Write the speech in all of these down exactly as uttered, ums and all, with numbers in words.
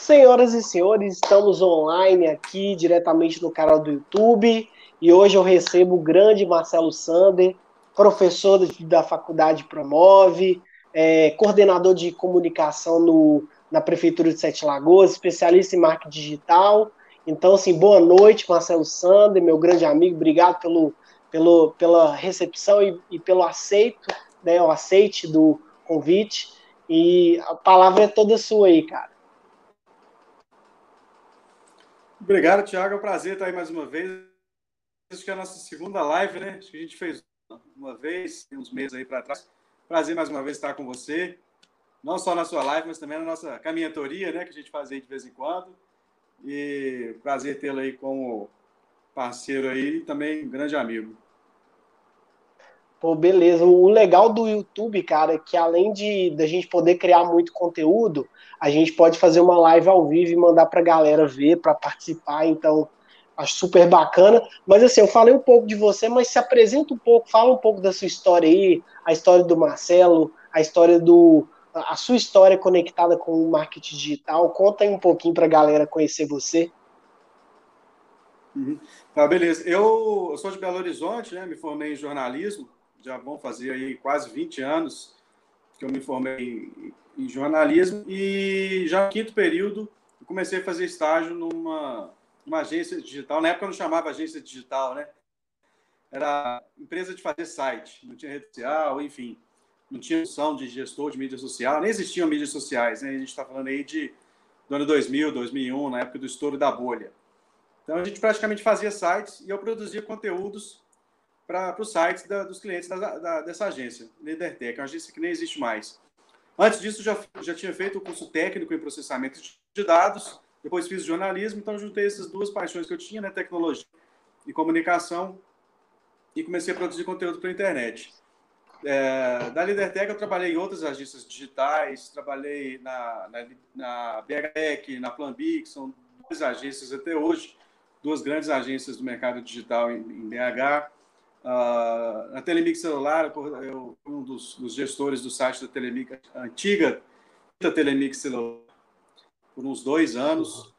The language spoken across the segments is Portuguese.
Senhoras e senhores, estamos online aqui diretamente no canal do YouTube e hoje eu recebo o grande Marcelo Sander, professor da Faculdade Promove, é, coordenador de comunicação no, na Prefeitura de Sete Lagoas, especialista em marketing digital. Então, assim, boa noite, Marcelo Sander, meu grande amigo, obrigado pelo, pelo, pela recepção e, e pelo aceito, né, o aceite do convite. E a palavra é toda sua aí, cara. Obrigado, Thiago. É um prazer estar aí mais uma vez. Acho que é a nossa segunda live, né? Acho que a gente fez uma vez, tem uns meses aí para trás. Prazer mais uma vez estar com você. Não só na sua live, mas também na nossa caminhatoria, né? Que a gente faz aí de vez em quando. E prazer tê-lo aí como parceiro aí e também um grande amigo. Pô, beleza. O legal do YouTube, cara, é que além de da gente poder criar muito conteúdo, a gente pode fazer uma live ao vivo e mandar pra galera ver, pra participar. Então, acho super bacana. Mas assim, eu falei um pouco de você, mas se apresenta um pouco, fala um pouco da sua história aí, a história do Marcelo, a história do a sua história conectada com o marketing digital. Conta aí um pouquinho pra galera conhecer você. Uhum. Tá, beleza. Eu, eu sou de Belo Horizonte, né? Me formei em jornalismo. Já vão fazer aí quase vinte anos que eu me formei em jornalismo e já no quinto período eu comecei a fazer estágio numa, numa agência digital. Na época eu não chamava agência digital, né? Era empresa de fazer site, não tinha rede social, enfim, não tinha noção de gestor de mídia social, nem existiam mídias sociais, né? A gente está falando aí de do ano dois mil, dois mil e um, na época do estouro da bolha. Então a gente praticamente fazia sites e eu produzia conteúdos para os sites da, dos clientes da, da, dessa agência, LeaderTech, uma agência que nem existe mais. Antes disso, já, já tinha feito o curso técnico em processamento de dados, depois fiz jornalismo, então juntei essas duas paixões que eu tinha, né, tecnologia e comunicação, e comecei a produzir conteúdo para a internet. É, da LeaderTech eu trabalhei em outras agências digitais, trabalhei na, na, na B H Tech, na Planbi, que são duas agências até hoje, duas grandes agências do mercado digital em, em B H. Uh, na Telemix Celular, eu fui um dos, dos gestores do site da Telemix, a antiga da Telemix Celular, por uns dois anos.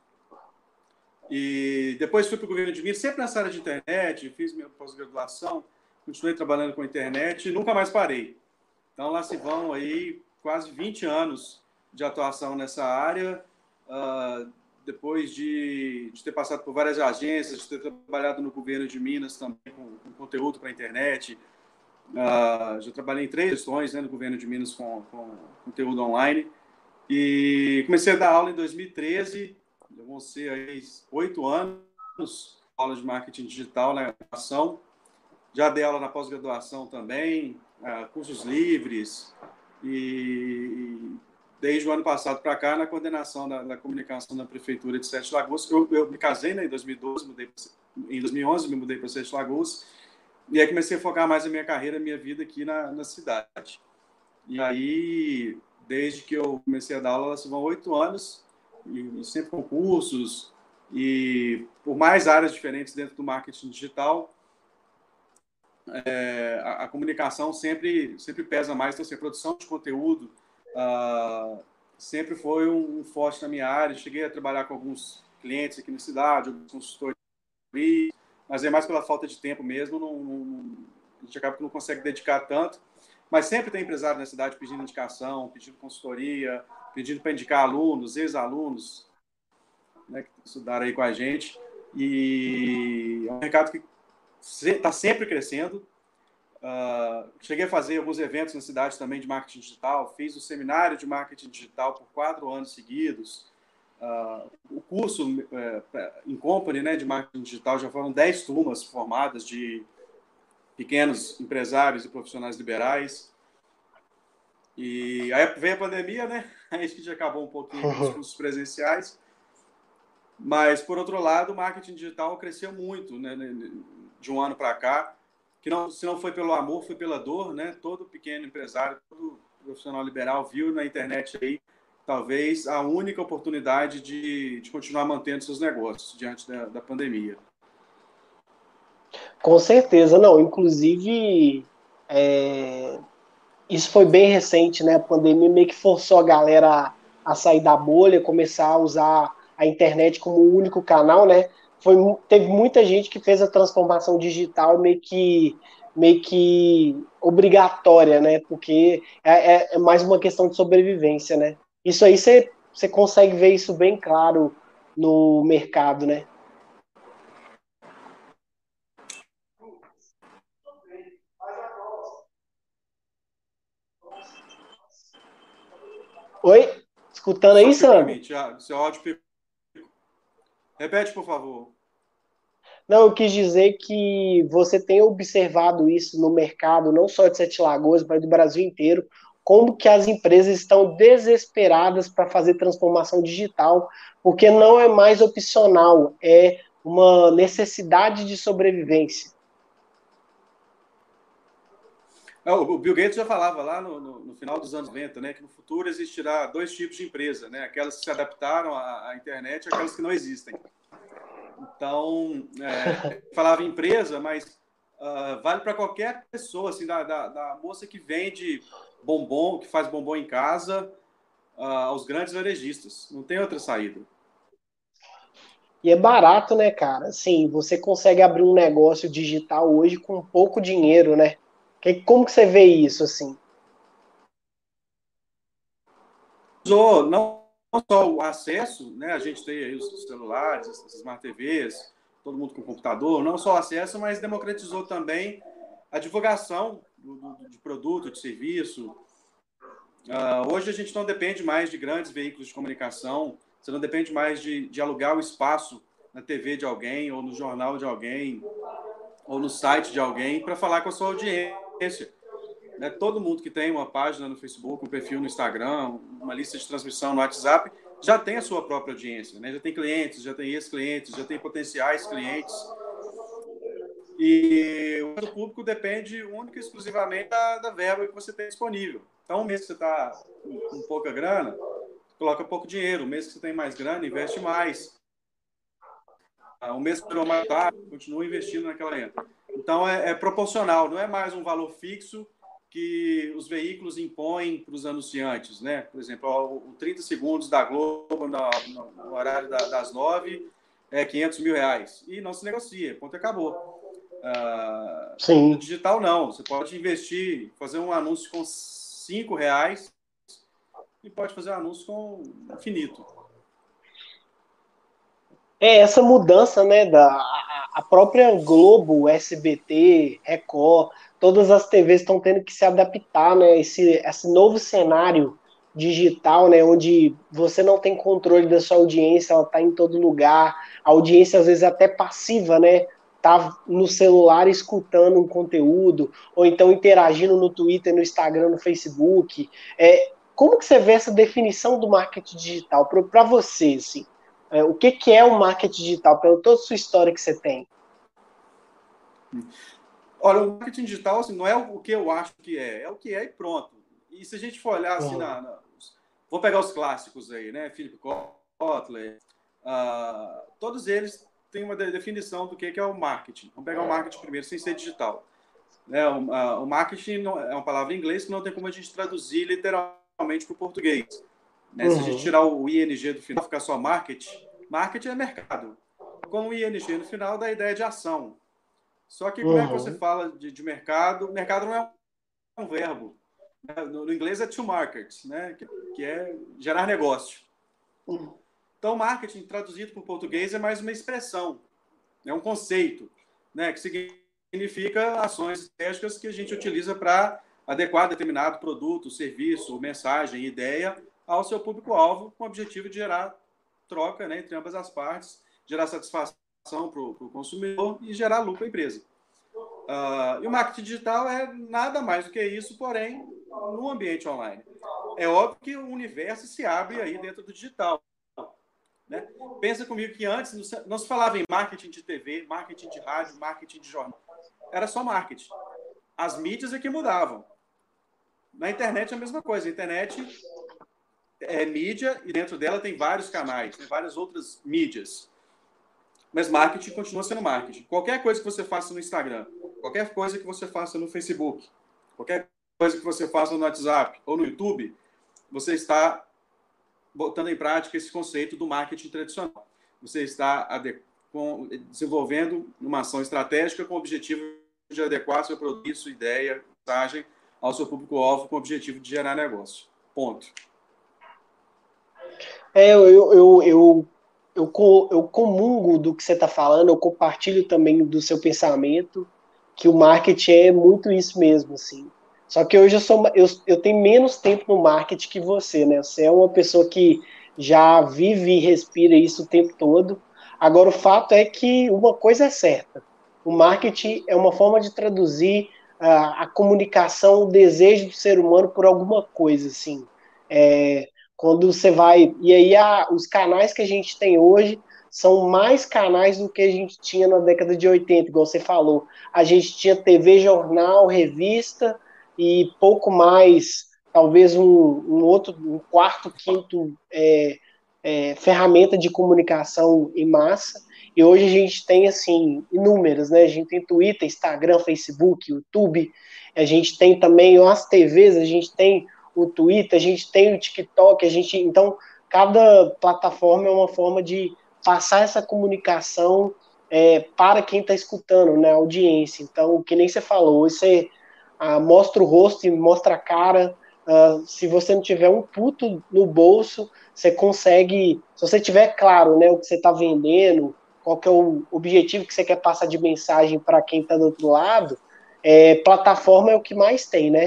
E depois fui para o governo de Minas, sempre nessa área de internet, fiz minha pós-graduação, continuei trabalhando com a internet e nunca mais parei. Então, lá se vão aí quase vinte anos de atuação nessa área, uh, depois de, de ter passado por várias agências, de ter trabalhado no governo de Minas também com, com conteúdo para a internet. Uh, já trabalhei em três gestões, né, no governo de Minas com, com conteúdo online. E comecei a dar aula em dois mil e treze, vão ser aí oito anos, aula de marketing digital na graduação. Já dei aula na pós-graduação também, uh, cursos livres, e desde o ano passado para cá, na coordenação da, da comunicação da Prefeitura de Sete Lagoas. Eu, eu me casei, né, em dois mil e doze, mudei, em dois mil e onze me mudei para Sete Lagoas, e aí comecei a focar mais a minha carreira, a minha vida aqui na, na cidade. E aí, desde que eu comecei a dar aula, vão oito anos, e, e sempre com cursos, e por mais áreas diferentes dentro do marketing digital. É, a, a comunicação sempre, sempre pesa mais, então assim, a produção de conteúdo uh, sempre foi um, um forte na minha área. Cheguei a trabalhar com alguns clientes aqui na cidade, alguns consultores, mas é mais pela falta de tempo mesmo, não, não, a gente acaba que não consegue dedicar tanto, mas sempre tem empresário na cidade pedindo indicação, pedindo consultoria, pedindo para indicar alunos, ex-alunos, né, que estudaram aí com a gente, e é um mercado que está sempre crescendo. Uh, cheguei a fazer alguns eventos na cidade também de marketing digital, fiz o seminário de marketing digital por quatro anos seguidos. Uh, o curso uh, em company, né, de marketing digital, já foram dez turmas formadas de pequenos empresários e profissionais liberais. E aí veio a pandemia, né? Aí a gente acabou um pouquinho com os cursos presenciais. Mas, por outro lado, o marketing digital cresceu muito, né, de um ano para cá, que não, se não foi pelo amor, foi pela dor, né? Todo pequeno empresário, todo profissional liberal viu na internet aí, talvez, a única oportunidade de, de continuar mantendo seus negócios diante da, da pandemia. Com certeza, não. Inclusive, é, isso foi bem recente, né? A pandemia meio que forçou a galera a sair da bolha, começar a usar a internet como o único canal, né? Foi, teve muita gente que fez a transformação digital meio que, meio que obrigatória, né? Porque é, é, é mais uma questão de sobrevivência, né? Isso aí você, você consegue ver isso bem claro no mercado, né? Oi? Escutando Só aí, picou para Sandro? mim, Thiago. Seu áudio picou. Repete, por favor. Não, eu quis dizer que você tem observado isso no mercado, não só de Sete Lagoas, mas do Brasil inteiro, como que as empresas estão desesperadas para fazer transformação digital, porque não é mais opcional, é uma necessidade de sobrevivência. É, o Bill Gates já falava lá no, no, no final dos anos noventa, né, que no futuro existirá dois tipos de empresa, né, aquelas que se adaptaram à, à internet e aquelas que não existem. Então, é, falava em empresa, mas uh, vale para qualquer pessoa, assim, da, da, da moça que vende bombom, que faz bombom em casa, uh, aos grandes varejistas. Não tem outra saída. E é barato, né, cara? Assim, você consegue abrir um negócio digital hoje com pouco dinheiro, né? Que- Como que você vê isso, assim? Usou não só o acesso, né, a gente tem aí os celulares, as Smart T Vs, todo mundo com computador, não só o acesso, mas democratizou também a divulgação do, do, de produto, de serviço. Uh, hoje a gente não depende mais de grandes veículos de comunicação, você não depende mais de, de alugar o espaço na T V de alguém, ou no jornal de alguém, ou no site de alguém, para falar com a sua audiência. Né? Todo mundo que tem uma página no Facebook, um perfil no Instagram, uma lista de transmissão no WhatsApp, já tem a sua própria audiência. Né? Já tem clientes, já tem ex-clientes, já tem potenciais clientes. E o público depende única e exclusivamente da, da verba que você tem disponível. Então, um mês que você está com, com pouca grana, coloca pouco dinheiro. Um mês que você tem mais grana, investe mais. Um mês que virou mais tarde, continua investindo naquela renda. Então, é, é proporcional, não é mais um valor fixo que os veículos impõem para os anunciantes. Né? Por exemplo, o trinta segundos da Globo no, no horário da, das nove é quinhentos mil reais. E não se negocia, ponto, acabou. Uh, no Sim. digital, não. Você pode investir, fazer um anúncio com cinco reais e pode fazer um anúncio com infinito. É essa mudança, né, da a própria Globo, S B T, Record, todas as T Vs estão tendo que se adaptar, né, esse, esse novo cenário digital, né, onde você não tem controle da sua audiência, ela está em todo lugar, a audiência às vezes é até passiva, né, tá no celular escutando um conteúdo, ou então interagindo no Twitter, no Instagram, no Facebook. É, como que você vê essa definição do marketing digital para você, assim? É, o que, que é o marketing digital, pela toda a sua história que você tem? Olha, o marketing digital assim, não é o que eu acho que é, é o que é e pronto. E se a gente for olhar assim, Uhum. na, na, vou pegar os clássicos aí, né? Philip Kotler, uh, todos eles têm uma definição do que é o marketing. Vamos pegar o marketing primeiro, sem ser digital. Né? O, uh, o marketing não, é uma palavra em inglês que não tem como a gente traduzir literalmente para o português. Né? Se a gente Uhum. tirar o I N G do final, ficar só marketing, marketing é mercado. Com o I N G no final, dá a ideia de ação. Só que como é que você Uhum. fala de, de mercado? Mercado não é um verbo. Né? No, no inglês é to market, né? que, que é gerar negócio. Uhum. Então, marketing, traduzido para o português, é mais uma expressão, é um conceito, né? Que significa ações estratégicas que a gente utiliza para adequar determinado produto, serviço, mensagem, ideia ao seu público-alvo, com o objetivo de gerar troca, né, entre ambas as partes, gerar satisfação para o consumidor e gerar lucro para a empresa. Uh, e o marketing digital é nada mais do que isso, porém, no ambiente online. É óbvio que o universo se abre aí dentro do digital. Né? Pensa comigo que antes não se falava em marketing de T V, marketing de rádio, marketing de jornal. Era só marketing. As mídias é que mudavam. Na internet é a mesma coisa. A internet é mídia e dentro dela tem vários canais, tem várias outras mídias. Mas marketing continua sendo marketing. Qualquer coisa que você faça no Instagram, qualquer coisa que você faça no Facebook, qualquer coisa que você faça no WhatsApp ou no YouTube, você está botando em prática esse conceito do marketing tradicional. Você está desenvolvendo uma ação estratégica com o objetivo de adequar seu produto, sua ideia, mensagem ao seu público-alvo com o objetivo de gerar negócio. Ponto. É, eu, eu, eu, eu, eu, co- eu comungo do que você está falando, eu compartilho também do seu pensamento, que o marketing é muito isso mesmo, assim. Só que hoje eu sou, eu, eu tenho menos tempo no marketing que você, né? Você é uma pessoa que já vive e respira isso o tempo todo. Agora, o fato é que uma coisa é certa: o marketing é uma forma de traduzir a, a comunicação, o desejo do ser humano por alguma coisa, assim. É, quando você vai. E aí, a, os canais que a gente tem hoje são mais canais do que a gente tinha na década de oitenta, igual você falou. A gente tinha T V, jornal, revista e pouco mais, talvez um, um outro, um quarto, quinto é, é, ferramenta de comunicação em massa. E hoje a gente tem, assim, inúmeras, né? A gente tem Twitter, Instagram, Facebook, YouTube, a gente tem também as T Vs, a gente tem o Twitter, a gente tem o TikTok, a gente. Então, cada plataforma é uma forma de passar essa comunicação é, para quem está escutando, né, a audiência. Então, que nem você falou, você ah, mostra o rosto e mostra a cara. Ah, se você não tiver um puto no bolso, você consegue. Se você tiver claro, né, o que você está vendendo, qual que é o objetivo que você quer passar de mensagem para quem está do outro lado, é, plataforma é o que mais tem, né?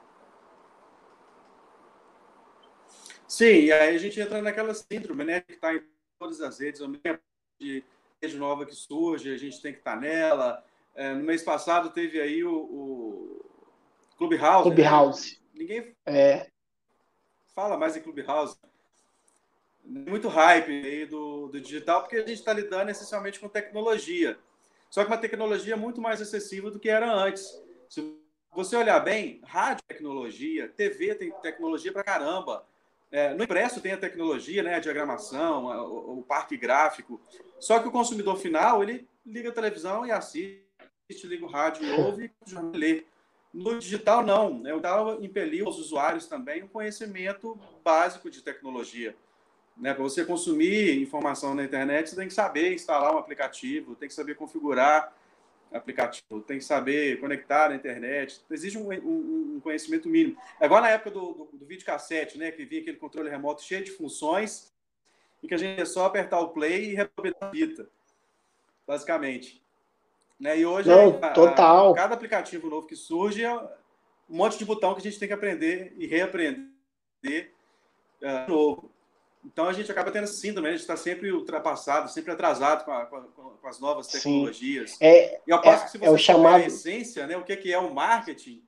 Sim, e aí a gente entra naquela síndrome, né, que está em todas as redes, de rede nova que surge, a gente tem que estar nela. É, no mês passado teve aí o, o Clubhouse, né? Clubhouse. Ninguém É, fala mais em Clubhouse. Muito hype aí do, do digital, porque a gente está lidando essencialmente com tecnologia. Só que uma tecnologia muito mais acessível do que era antes. Se você olhar bem, rádio tem tecnologia, T V tem tecnologia pra caramba. É, no impresso tem a tecnologia, né, a diagramação, a, o, o parque gráfico. Só que o consumidor final, ele liga a televisão e assiste, liga o rádio e ouve e lê. No digital, não. Né? O digital impeliu os usuários também um conhecimento básico de tecnologia. Né? Para você consumir informação na internet, você tem que saber instalar um aplicativo, tem que saber configurar aplicativo, tem que saber conectar na internet. Existe um, um, um conhecimento mínimo. É igual na época do, do, do videocassete, né? Que vinha aquele controle remoto cheio de funções e que a gente ia só apertar o play e rebobinar a fita, basicamente. Né? E hoje, não, a, a, total. cada aplicativo novo que surge é um monte de botão que a gente tem que aprender e reaprender uh, de novo. Então a gente acaba tendo essa síndrome, a gente está sempre ultrapassado, sempre atrasado com, a, com, a, com as novas Sim. tecnologias. É, E eu aposto é, que se é o você souber a chamado. essência, né, o que, que é o marketing,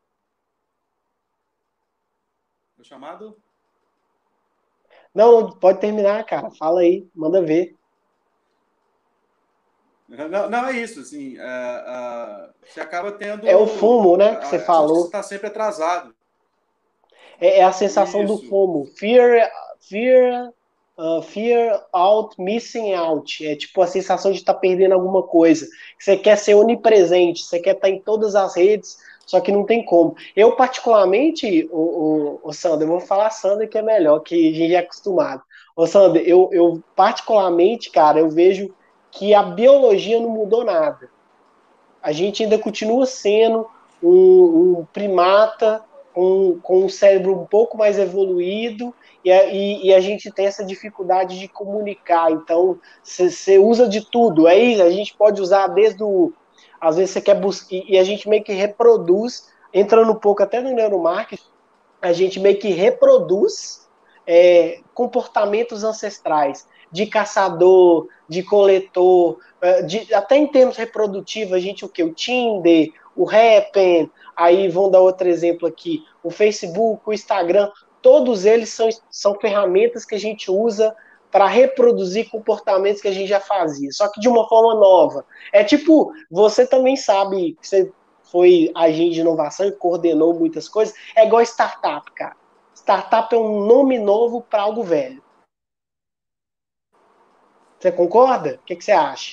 é o chamado. Não, pode terminar, cara. Fala aí, manda ver. Não, não é isso, assim, uh, uh, você acaba tendo. É o FOMO, né, que você A, a sensação de que você falou. está sempre atrasado. É, é a sensação do Isso. FOMO. Fear, fear, uh, fear out, missing out. É tipo a sensação de estar tá perdendo alguma coisa. Você quer ser onipresente, você quer estar tá em todas as redes, só que não tem como. Eu, particularmente, o, o, o Sander, eu vou falar Sander que é melhor, que a gente é acostumado. Ô, Sander, eu, eu particularmente, cara, eu vejo que a biologia não mudou nada. A gente ainda continua sendo um, um primata com, com um cérebro um pouco mais evoluído e a, e, e a gente tem essa dificuldade de comunicar. Então, você usa de tudo. É isso, a gente pode usar desde o. Às vezes você quer buscar. E a gente meio que reproduz, entrando um pouco até no neuromarketing, a gente meio que reproduz é, comportamentos ancestrais de caçador, de coletor, de, até em termos reprodutivos, a gente o que? O Tinder, o Happn, aí vão dar outro exemplo aqui, o Facebook, o Instagram, todos eles são, são ferramentas que a gente usa para reproduzir comportamentos que a gente já fazia, só que de uma forma nova. É tipo, você também sabe que você foi agente de inovação e coordenou muitas coisas, é igual startup, cara. Startup é um nome novo para algo velho. Você concorda? O que, que você acha?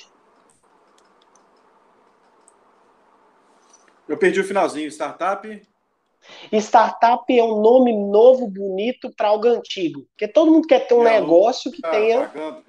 Eu perdi o finalzinho. Startup. Startup é um nome novo, bonito para algo antigo. Porque todo mundo quer ter um Minha aluna negócio que tá tenha. pagando.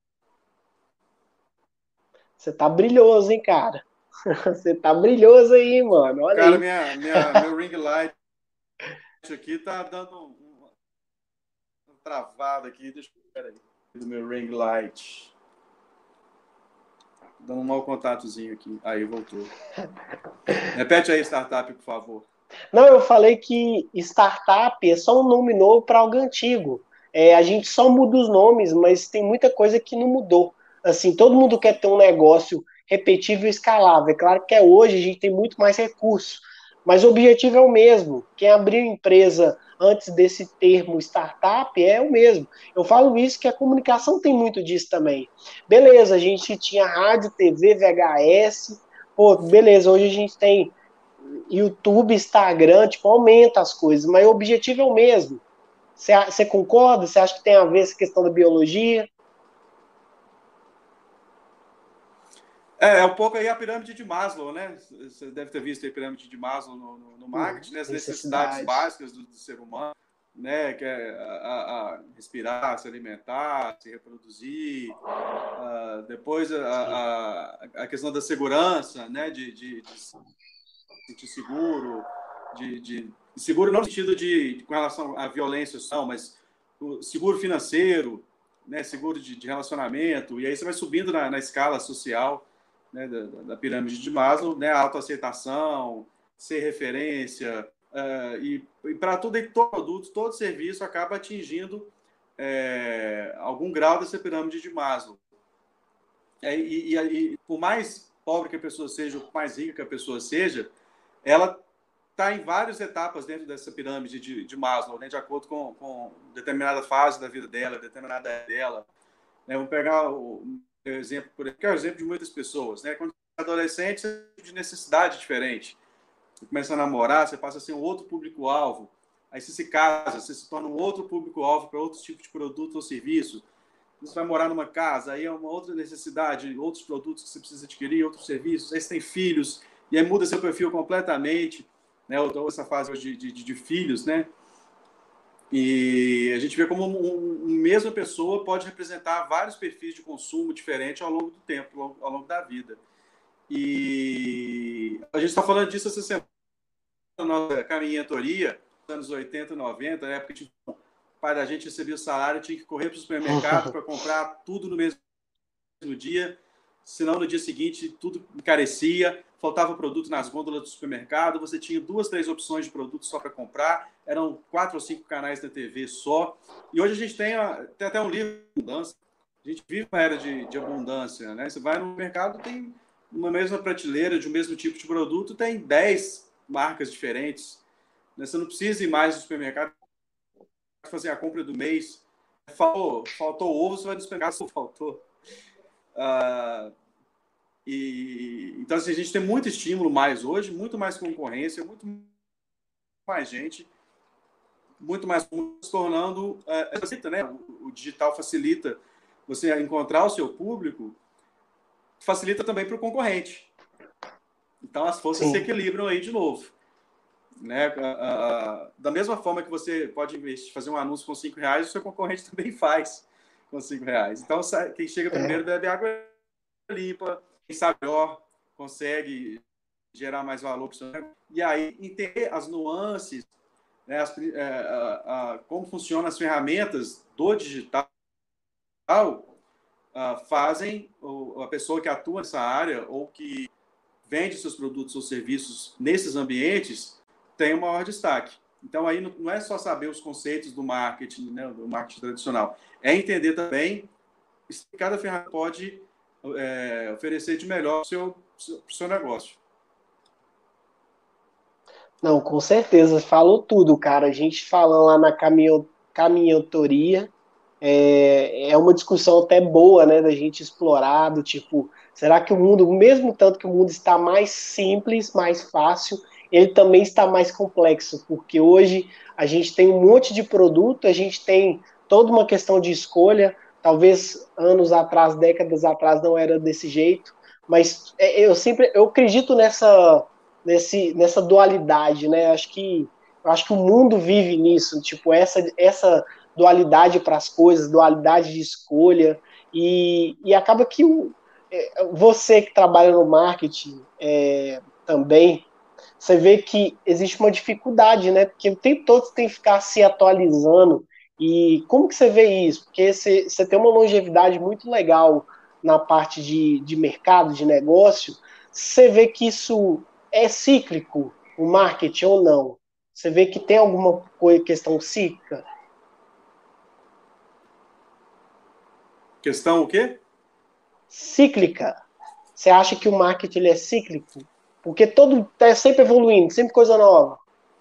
Você tá brilhoso, hein, cara? Você tá brilhoso aí, mano. Olha Cara, aí. minha, minha, meu ring light aqui tá dando um, um travado aqui. Deixa eu ver aí. Do meu ring light. Dando um mau contatozinho aqui. Aí, voltou. Repete aí, startup, por favor. Não, eu falei que startup é só um nome novo para algo antigo. É, a gente só muda os nomes, mas tem muita coisa que não mudou. Assim, todo mundo quer ter um negócio repetível e escalável. É claro que é hoje a gente tem muito mais recursos, mas o objetivo é o mesmo. Quem abriu empresa antes desse termo startup é o mesmo. Eu falo isso que a comunicação tem muito disso também. Beleza, a gente tinha rádio, T V, V H S. Pô, beleza, hoje a gente tem YouTube, Instagram, tipo, aumenta as coisas, mas o objetivo é o mesmo. Você concorda? Você acha que tem a ver essa questão da biologia? É, é um pouco aí a pirâmide de Maslow, né? Você deve ter visto a pirâmide de Maslow no, no, no Hum, marketing, né? As necessidades necessidade. básicas do, do ser humano, né? Que é a, a, a respirar, se alimentar, se reproduzir. Uh, depois a, a, a, questão da segurança, né? De, de, de se sentir seguro, de, de seguro não no sentido de, de com relação à violência, não, mas o seguro financeiro, né? Seguro de, de relacionamento. E aí você vai subindo na, na escala social. Né, da, da pirâmide de Maslow, né, a autoaceitação, ser referência, uh, e, e para tudo e todo produto, todo serviço acaba atingindo é, algum grau dessa pirâmide de Maslow. É, e, e, e por mais pobre que a pessoa seja, ou mais rica que a pessoa seja, ela está em várias etapas dentro dessa pirâmide de, de Maslow, né, de acordo com, com determinada fase da vida dela, determinada dela. Né, vamos pegar o exemplo, que é o exemplo de muitas pessoas, né? Quando você é adolescente, você tem de necessidade diferente. Você começa a namorar, você passa a ser um outro público-alvo. Aí você se casa, você se torna um outro público-alvo para outros tipos de produto ou serviço. Você vai morar numa casa, aí é uma outra necessidade, outros produtos que você precisa adquirir, outros serviços. Aí você tem filhos, e aí muda seu perfil completamente, né? Ou essa fase de, de, de filhos, né? E a gente vê como uma um, um, mesma pessoa pode representar vários perfis de consumo diferentes ao longo do tempo, ao longo, ao longo da vida. E a gente está falando disso essa semana na nossa caminhantoria, nos anos oitenta, noventa, na época que o pai da gente recebia o salário, tinha que correr para o supermercado para comprar tudo no mesmo dia, senão no dia seguinte tudo encarecia, faltava produto nas gôndolas do supermercado, você tinha duas, três opções de produto só para comprar, eram quatro ou cinco canais na T V só, e hoje a gente tem, a, tem até um livro de abundância, a gente vive uma era de, de abundância, né? Você vai no mercado, tem uma mesma prateleira de um mesmo tipo de produto, tem dez marcas diferentes, né? Você não precisa ir mais no supermercado fazer a compra do mês, faltou, faltou ovo, você vai no supermercado, só faltou. Uh, e, então, assim, a gente tem muito estímulo mais hoje, muito mais concorrência, muito mais gente, muito mais se tornando... Uh, facilita, né? o, o digital facilita você encontrar o seu público, facilita também para o concorrente. Então, as forças Sim. se equilibram aí de novo. Né? Uh, uh, da mesma forma que você pode investir, fazer um anúncio com cinco reais, o seu concorrente também faz com cinco reais. Então, quem chega primeiro bebe água limpa, quem sabe melhor, consegue gerar mais valor. E aí, entender as nuances, né, as, é, a, a, como funcionam as ferramentas do digital, a, fazem a pessoa que atua nessa área ou que vende seus produtos ou serviços nesses ambientes tem um maior destaque. Então, aí não é só saber os conceitos do marketing, né, do marketing tradicional, é entender também que cada ferramenta pode é, oferecer de melhor para o seu, seu, seu negócio. Não, com certeza, falou tudo, cara. A gente falando lá na caminho, caminhotoria, é, é uma discussão até boa, né, da gente explorar, do tipo, será que o mundo, mesmo tanto que o mundo está mais simples, mais fácil, ele também está mais complexo, porque hoje a gente tem um monte de produto, a gente tem toda uma questão de escolha, talvez anos atrás, décadas atrás não era desse jeito, mas eu sempre, eu acredito nessa, nesse, nessa dualidade, né, acho que Eu acho que o mundo vive nisso, tipo, essa, essa dualidade para as coisas, dualidade de escolha, e, e acaba que o, é, você que trabalha no marketing é, também, você vê que existe uma dificuldade, né? Porque o tempo todo você tem que ficar se atualizando. E como que você vê isso? Porque você, você tem uma longevidade muito legal na parte de, de mercado, de negócio. Você vê que isso é cíclico, o marketing ou não? Você vê que tem alguma coisa, questão cíclica? Questão o quê? Cíclica. Você acha que o marketing ele é cíclico? Porque todo é sempre evoluindo, sempre coisa nova.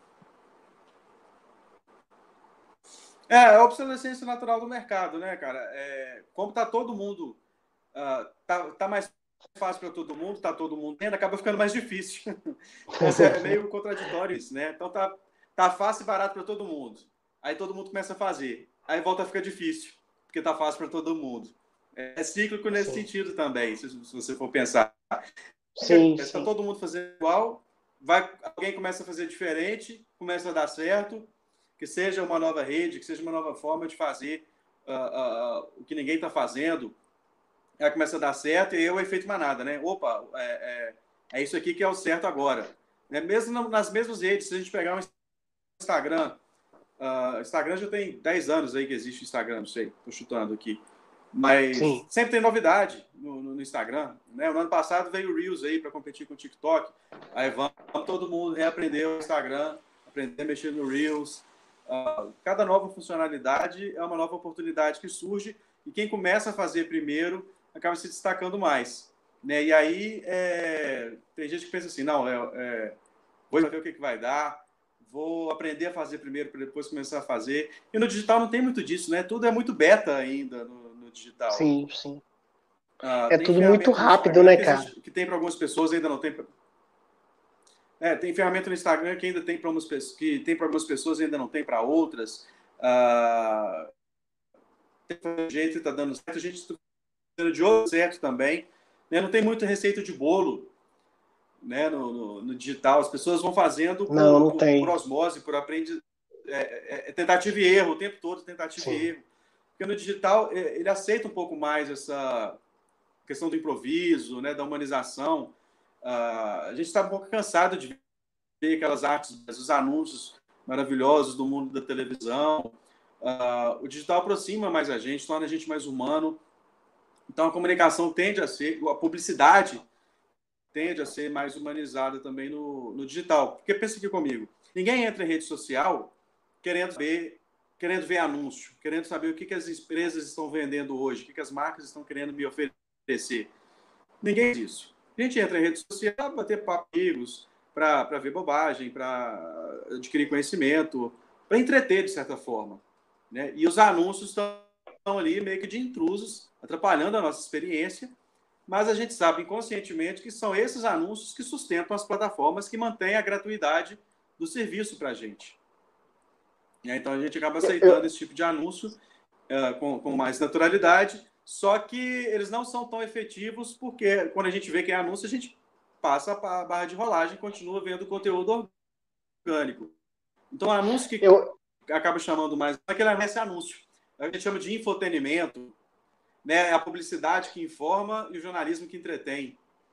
É, é a obsolescência natural do mercado, né, cara? É, como tá todo mundo, uh, tá, tá mais fácil para todo mundo, tá todo mundo tendo, acaba ficando mais difícil. Então, assim, é meio contraditório isso, né? Então tá, tá fácil e barato para todo mundo. Aí todo mundo começa a fazer. Aí volta a ficar difícil, porque tá fácil para todo mundo. É cíclico nesse Sim, sentido também, se, se você for pensar. sim, Está sim. todo mundo fazendo igual, vai, alguém começa a fazer diferente, começa a dar certo, que seja uma nova rede, que seja uma nova forma de fazer uh, uh, uh, o que ninguém está fazendo, aí começa a dar certo e aí é o efeito manada, né? Opa, é, é, é isso aqui que é o certo agora. Né? Mesmo nas mesmas redes, se a gente pegar um Instagram, uh, Instagram já tem dez anos aí que existe o Instagram, não sei, estou chutando aqui. Mas Sim. sempre tem novidade no, no, no Instagram. Né? No ano passado veio o Reels aí para competir com o TikTok. Aí vamos, vamos todo mundo reaprender o Instagram, aprender a mexer no Reels. Uh, cada nova funcionalidade é uma nova oportunidade que surge e quem começa a fazer primeiro acaba se destacando mais. Né? E aí é... tem gente que pensa assim, não, é, é... vou ver o que, que vai dar, vou aprender a fazer primeiro para depois começar a fazer. E no digital não tem muito disso, né? Tudo é muito beta ainda no, no digital. Sim, sim. Uh, É tem tudo muito ferramenta no rápido, Instagram né, que, cara? existe, que tem para algumas pessoas ainda não tem. Pra... É, tem ferramenta no Instagram que ainda tem para algumas pessoas, que tem para algumas pessoas e ainda não tem para outras. Uh, tem gente que está dando certo, gente está dando de outro certo também. Né? Não tem muita receita de bolo, né, no, no, no digital. As pessoas vão fazendo Não, por, não por, por tem. osmose, por aprendizagem. É, é, tentativa e erro, o tempo todo tentativa e Sim. erro. Porque no digital ele aceita um pouco mais essa questão do improviso, né, da humanização. Uh, a gente está um pouco cansado de ver aquelas artes, os anúncios maravilhosos do mundo da televisão. Uh, o digital aproxima mais a gente, torna a gente mais humano. Então a comunicação tende a ser, a publicidade tende a ser mais humanizada também no, no digital. Porque pensa aqui comigo, ninguém entra em rede social querendo ver, querendo ver anúncio, querendo saber o que, que as empresas estão vendendo hoje, o que, que as marcas estão querendo me oferecer. Ninguém diz isso. A gente entra em rede social para bater papos, para ver bobagem, para adquirir conhecimento, para entreter de certa forma. Né? E os anúncios estão ali meio que de intrusos, atrapalhando a nossa experiência, mas a gente sabe inconscientemente que são esses anúncios que sustentam as plataformas que mantêm a gratuidade do serviço para a gente. Então a gente acaba aceitando Eu, esse tipo de anúncio uh, com, com mais naturalidade, só que eles não são tão efetivos porque quando a gente vê que é anúncio, a gente passa a barra de rolagem e continua vendo conteúdo orgânico. Então, o anúncio que eu, acaba chamando mais aquele é esse anúncio. A gente chama de infotenimento, né? É a publicidade que informa e o jornalismo que entretém.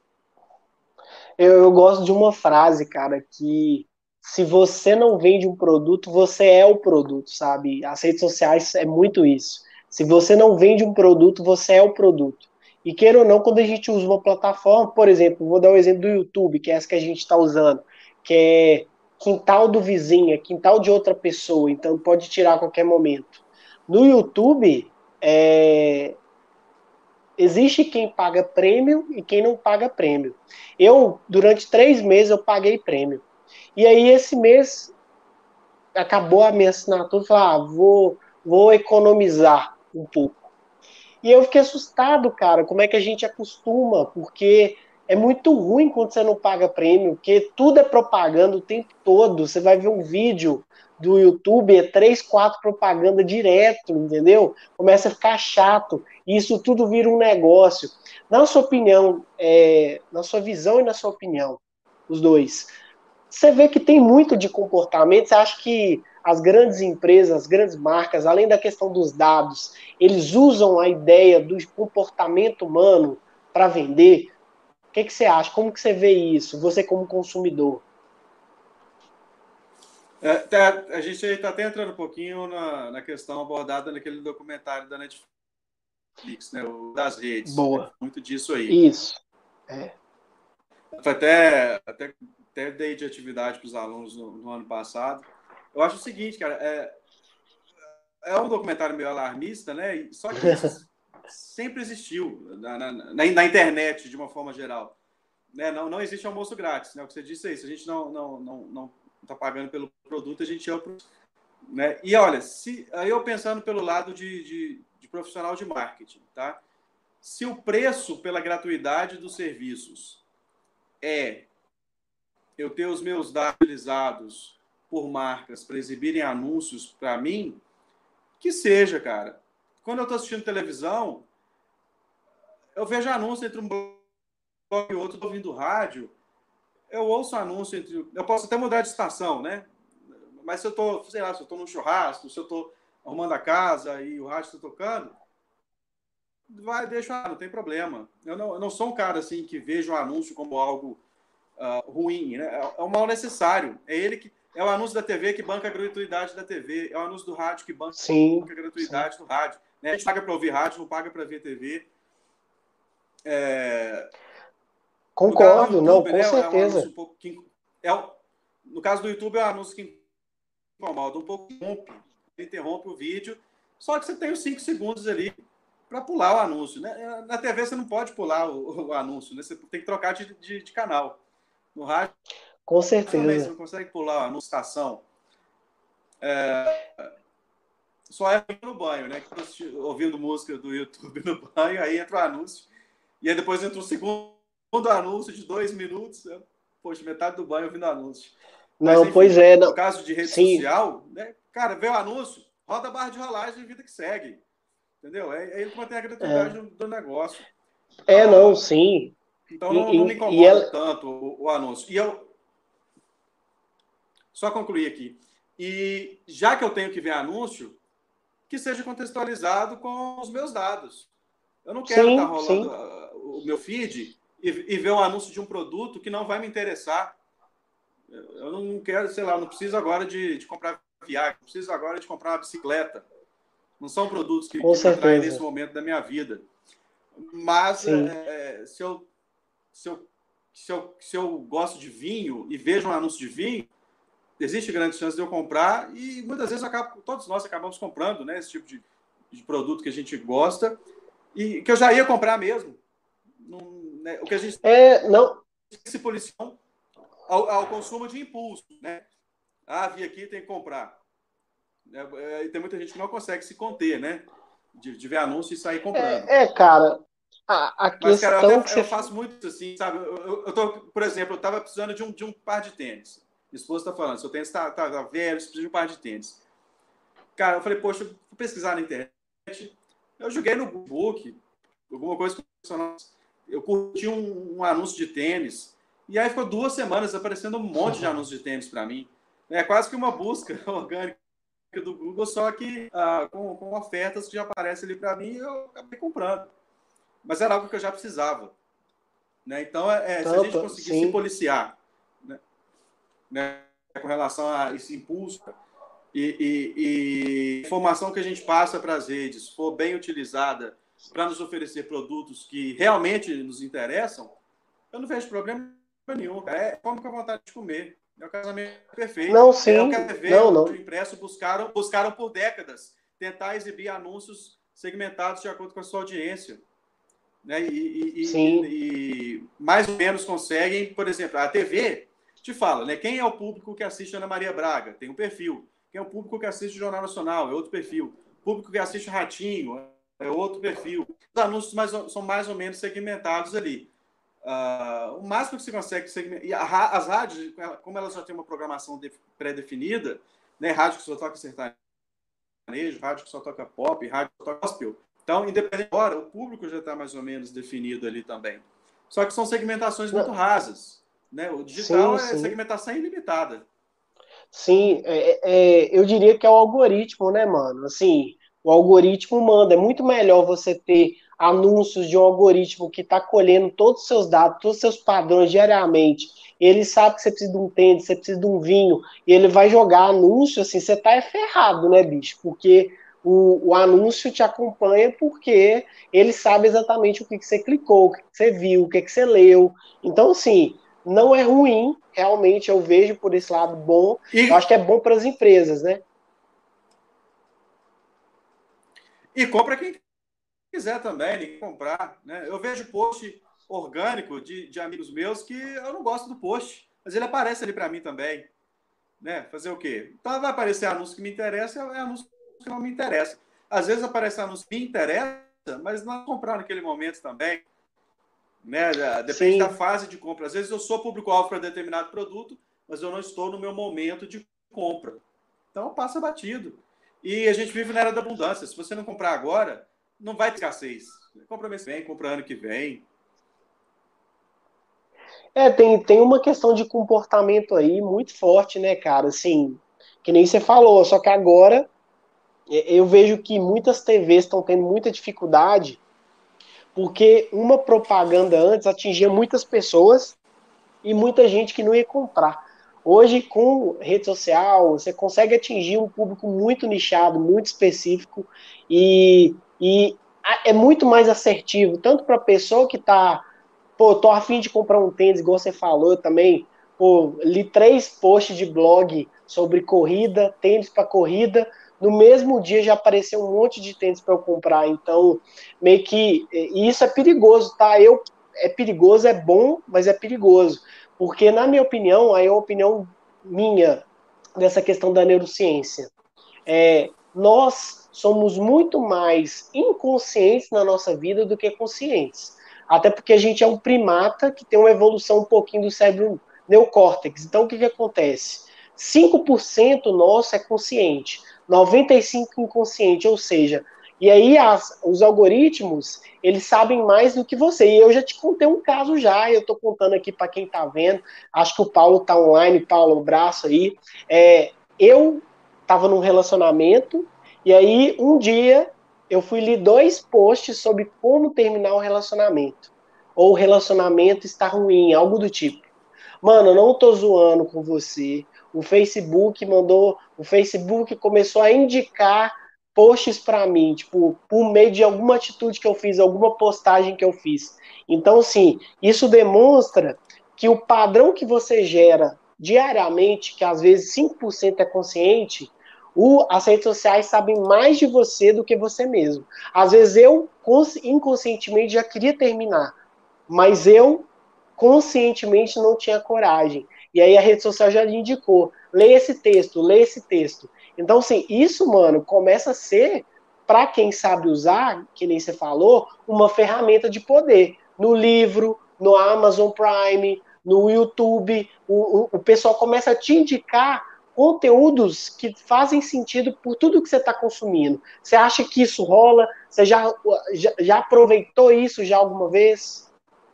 eu, eu gosto de uma frase, cara, que se você não vende um produto, você é o produto, sabe? As redes sociais é muito isso. Se você não vende um produto, você é o produto. E queira ou não, quando a gente usa uma plataforma, por exemplo, vou dar o um exemplo do YouTube, que é essa que a gente está usando, que é quintal do vizinho, é quintal de outra pessoa, então pode tirar a qualquer momento. No YouTube, é, existe quem paga prêmio e quem não paga prêmio. Eu, durante três meses, eu paguei prêmio. E aí, esse mês, acabou a minha assinatura, eu falei, ah, vou, vou economizar um pouco. E eu fiquei assustado, cara, como é que a gente acostuma, porque é muito ruim quando você não paga prêmio, porque tudo é propaganda o tempo todo. Você vai ver um vídeo do YouTube, é três, quatro propaganda direto, entendeu? Começa a ficar chato, e isso tudo vira um negócio. Na sua opinião, é, na sua visão e na sua opinião, os dois, você vê que tem muito de comportamento. Você acha que as grandes empresas, as grandes marcas, além da questão dos dados, eles usam a ideia do comportamento humano para vender? O que, que você acha? Como que você vê isso? Você como consumidor? É, tá, a gente está até entrando um pouquinho na, na questão abordada naquele documentário da Netflix, né, o das redes, né, Boa. muito disso aí. Isso. É. Foi até, até, até dei de atividade para os alunos no, no ano passado. Eu acho o seguinte, cara, é, é um documentário meio alarmista, né? Só que isso sempre existiu na, na, na, na internet, de uma forma geral. Né? Não, não existe almoço grátis, né? O que você disse é isso. A gente não não não não está pagando pelo produto, a gente é o produto, né? E olha, se aí eu pensando pelo lado de, de, de profissional de marketing, tá? Se o preço pela gratuidade dos serviços é eu ter os meus dados utilizados por marcas para exibirem anúncios para mim, que seja, cara. Quando eu estou assistindo televisão, eu vejo anúncio entre um bloco e outro, estou ouvindo rádio, eu ouço anúncio entre... Eu posso até mudar de estação, né? Mas se eu estou, sei lá, se eu estou num churrasco, se eu estou arrumando a casa e o rádio está tocando, vai, deixa, não tem problema. Eu não, eu não sou um cara assim que vejo o anúncio como algo uh, ruim, né? É um mal necessário. É ele que é o anúncio da T V que banca a gratuidade da T V, é o anúncio do rádio que banca Sim, a gratuidade sim. do rádio. Né? A gente paga para ouvir rádio, não paga para ver T V. É... No caso do Concordo, não, YouTube, com né, é um anúncio certeza. um pouco que... é um... No caso do YouTube, é um anúncio que incomoda um pouco, interrompe, interrompe o vídeo, só que você tem os cinco segundos ali para pular o anúncio. Né? Na T V você não pode pular o, o anúncio, né? Você tem que trocar de, de, de canal. No rádio Com também, você certeza. não consegue pular o anúncio estação. É... Só é no banho, né? Ouvindo música do YouTube no banho, aí entra o anúncio, e aí depois entra o segundo anúncio de dois minutos. Eu, poxa, metade do banho ouvindo anúncio. Mas, Não, pois enfim, é, no não. caso de rede Sim. social, né, cara, vê o anúncio, roda a barra de rolagem e vida que segue. Entendeu? É, é ele que mantém a gratuidade É, do, do negócio. é não, Ah, sim. então não, E, não me e, e incomoda ela... tanto o, o anúncio. E eu, só concluir aqui, e já que eu tenho que ver anúncio, que seja contextualizado com os meus dados. Eu não quero estar Sim, rolando sim. uh, o meu feed e, e ver um anúncio de um produto que não vai me interessar. Eu não quero, sei lá, eu não preciso agora de, de comprar Viagra, não preciso agora de comprar uma bicicleta. Não são produtos que, Com que me atraem nesse certeza. momento da minha vida. Mas Sim. é, se, eu, se, eu, se, eu, se eu gosto de vinho e vejo um anúncio de vinho, existe grande chance de eu comprar e muitas vezes eu acabo, todos nós acabamos comprando, né, esse tipo de, de produto que a gente gosta e que eu já ia comprar mesmo. Não, né, o que a gente É, não. se policiar ao, ao consumo de impulso, né? Ah, vi aqui, tem que comprar. É, é, tem muita gente que não consegue se conter, né? De, de ver anúncio e sair comprando. É, é, cara, a, a Mas, cara, eu, questão que até, eu você. faço muito assim, sabe? Eu, eu, eu tô, por exemplo, eu estava precisando de um, de um par de tênis. Minha esposa está falando, seu tênis está tá, tá velho, você precisa de um par de tênis. Cara, eu falei, poxa, eu vou pesquisar na internet. Eu joguei no Book, alguma coisa. Eu curti um, um anúncio de tênis. E aí ficou duas semanas aparecendo um monte de anúncios de tênis para mim. É quase que uma busca orgânica do Google, só que ah, com, com ofertas que já aparecem ali para mim e eu acabei comprando. Mas era algo que eu já precisava. Né? Então, é, se a gente Tanto, conseguir se sim. policiar, né? Né? Com relação a esse impulso e, e, e a informação que a gente passa para as redes for bem utilizada para nos oferecer produtos que realmente nos interessam, eu não vejo problema nenhum. É como com a vontade de comer. É o casamento perfeito. Não, É o que sim. a T V e Não, o não. impresso buscaram, buscaram por décadas tentar exibir anúncios segmentados de acordo com a sua audiência. Né? E, e, e, Sim. e mais ou menos conseguem, por exemplo, a T V te fala, né? Quem é o público que assiste Ana Maria Braga? Tem um perfil. Quem é o público que assiste o Jornal Nacional? É outro perfil. O público que assiste o Ratinho é outro perfil. Os anúncios mais, são mais ou menos segmentados ali. Uh, o máximo que você consegue segmentar. E a, as rádios, como elas já têm uma programação de, pré-definida, né? Rádio que só toca sertanejo, rádio que só toca pop, rádio que só toca gospel. Então, independente agora, o público já está mais ou menos definido ali também. Só que são segmentações muito Não, rasas. né? O digital sim, é sim. segmentação ilimitada. Sim, é, é, eu diria que é o algoritmo, né, mano? Assim, o algoritmo manda. É muito melhor você ter anúncios de um algoritmo que está colhendo todos os seus dados, todos os seus padrões diariamente. Ele sabe que você precisa de um tênis, você precisa de um vinho, e ele vai jogar anúncio, assim, você tá é ferrado, né, bicho? Porque o, o anúncio te acompanha porque ele sabe exatamente o que, que você clicou, o que, que você viu, o que, que você leu. Então, assim, não é ruim, realmente eu vejo por esse lado bom. Eu E, acho que é bom para as empresas, né? e compra quem quiser também, ninguém comprar. Né? Eu vejo post orgânico de, de amigos meus que eu não gosto do post, mas ele aparece ali para mim também. Né? Fazer o quê? Então vai aparecer anúncio que me interessa e anúncio que não me interessa. Às vezes aparece anúncio que me interessa, mas não comprar naquele momento também. Né? Depende da Sim, fase de compra. Às vezes eu sou público-alvo para determinado produto, mas eu não estou no meu momento de compra. Então passa batido. E a gente vive na era da abundância. Se você não comprar agora, não vai ter escassez. Compra mês que vem, compra ano que vem. é, tem, tem uma questão de comportamento aí muito forte, né, cara? Assim, que nem você falou, só que agora é, eu vejo que muitas T Vs estão tendo muita dificuldade porque uma propaganda antes atingia muitas pessoas e muita gente que não ia comprar. Hoje, com rede social, você consegue atingir um público muito nichado, muito específico e, e é muito mais assertivo, tanto para a pessoa que está, pô, tô afim de comprar um tênis, igual você falou, eu também, pô, li três posts de blog sobre corrida, tênis para corrida, no mesmo dia já apareceu um monte de tênis para eu comprar, então, meio que, e isso é perigoso, tá? Eu, é perigoso, é bom, mas é perigoso, porque na minha opinião, aí é uma opinião minha, dessa questão da neurociência, é, nós somos muito mais inconscientes na nossa vida do que conscientes. Até porque a gente é um primata que tem uma evolução um pouquinho do cérebro neocórtex. Então, o que, que acontece? cinco por cento nosso é consciente, noventa e cinco por cento inconsciente, ou seja, e aí as, os algoritmos, eles sabem mais do que você. E eu já te contei um caso já, eu estou contando aqui para quem está vendo, acho que o Paulo está online, Paulo, um abraço aí. É, eu estava num relacionamento, e aí um dia eu fui ler dois posts sobre como terminar o relacionamento. Ou o relacionamento está ruim, algo do tipo. Mano, eu não tô zoando com você. O Facebook mandou, o Facebook começou a indicar posts para mim, tipo, por meio de alguma atitude que eu fiz, alguma postagem que eu fiz. Então, sim, isso demonstra que o padrão que você gera diariamente, que às vezes cinco por cento é consciente, o, as redes sociais sabem mais de você do que você mesmo. Às vezes eu inconscientemente já queria terminar, mas eu conscientemente não tinha coragem. E aí a rede social já lhe indicou, leia esse texto, leia esse texto. Então, assim, isso, mano, começa a ser, para quem sabe usar, que nem você falou, uma ferramenta de poder. No livro, no Amazon Prime, no YouTube, o, o, o pessoal começa a te indicar conteúdos que fazem sentido por tudo que você está consumindo. Você acha que isso rola? Você já, já, já aproveitou isso já alguma vez?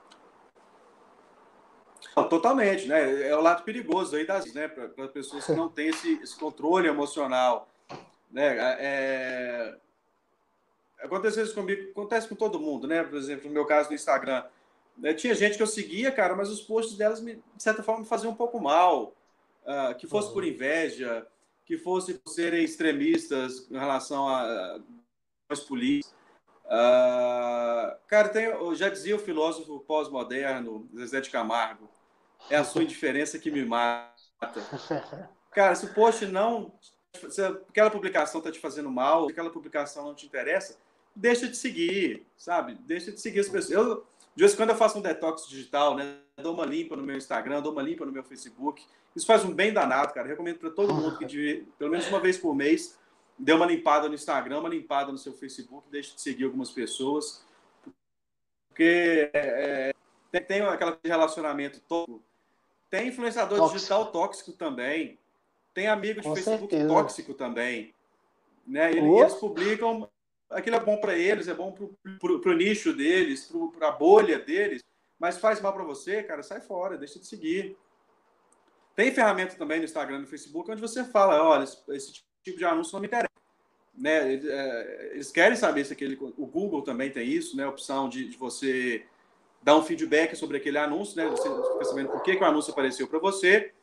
Não, totalmente, né? É o lado perigoso aí das, né? Para pessoas que não têm esse, esse controle emocional, né? É, acontece isso comigo, acontece com todo mundo, né? Por exemplo, no meu caso no Instagram, né? Tinha gente que eu seguia, cara, mas os posts delas, me, de certa forma, me faziam um pouco mal, uh, que fosse por Uhum. inveja, que fosse por serem extremistas em relação a as políticas. Uh, cara, tem, eu já dizia o filósofo pós-moderno, Zezé de Camargo, é a sua indiferença que me mata. Cara, se o post não. Se aquela publicação está te fazendo mal, se aquela publicação não te interessa, deixa de seguir, sabe? Deixa de seguir as pessoas. Eu, de vez em quando, eu faço um detox digital, né? Dou uma limpa no meu Instagram, dou uma limpa no meu Facebook. Isso faz um bem danado, cara. Eu recomendo para todo mundo que, de, pelo menos uma vez por mês, dê uma limpada no Instagram, uma limpada no seu Facebook, deixe de seguir algumas pessoas. Porque é, tem, tem aquela relacionamento todo. Tem influenciador Tóxico, digital tóxico também. Tem amigo de com Facebook certeza. tóxico também. Né? E eles Oh, publicam, aquilo é bom para eles, é bom para o nicho deles, para a bolha deles, mas faz mal para você, cara, sai fora, deixa de seguir. Tem ferramenta também no Instagram e no Facebook onde você fala, olha, esse tipo de anúncio não me interessa. Né? Eles querem saber se aquele... O Google também tem isso, né? A opção de, de você dar um feedback sobre aquele anúncio, né? Você fica sabendo por que, que o anúncio apareceu para você.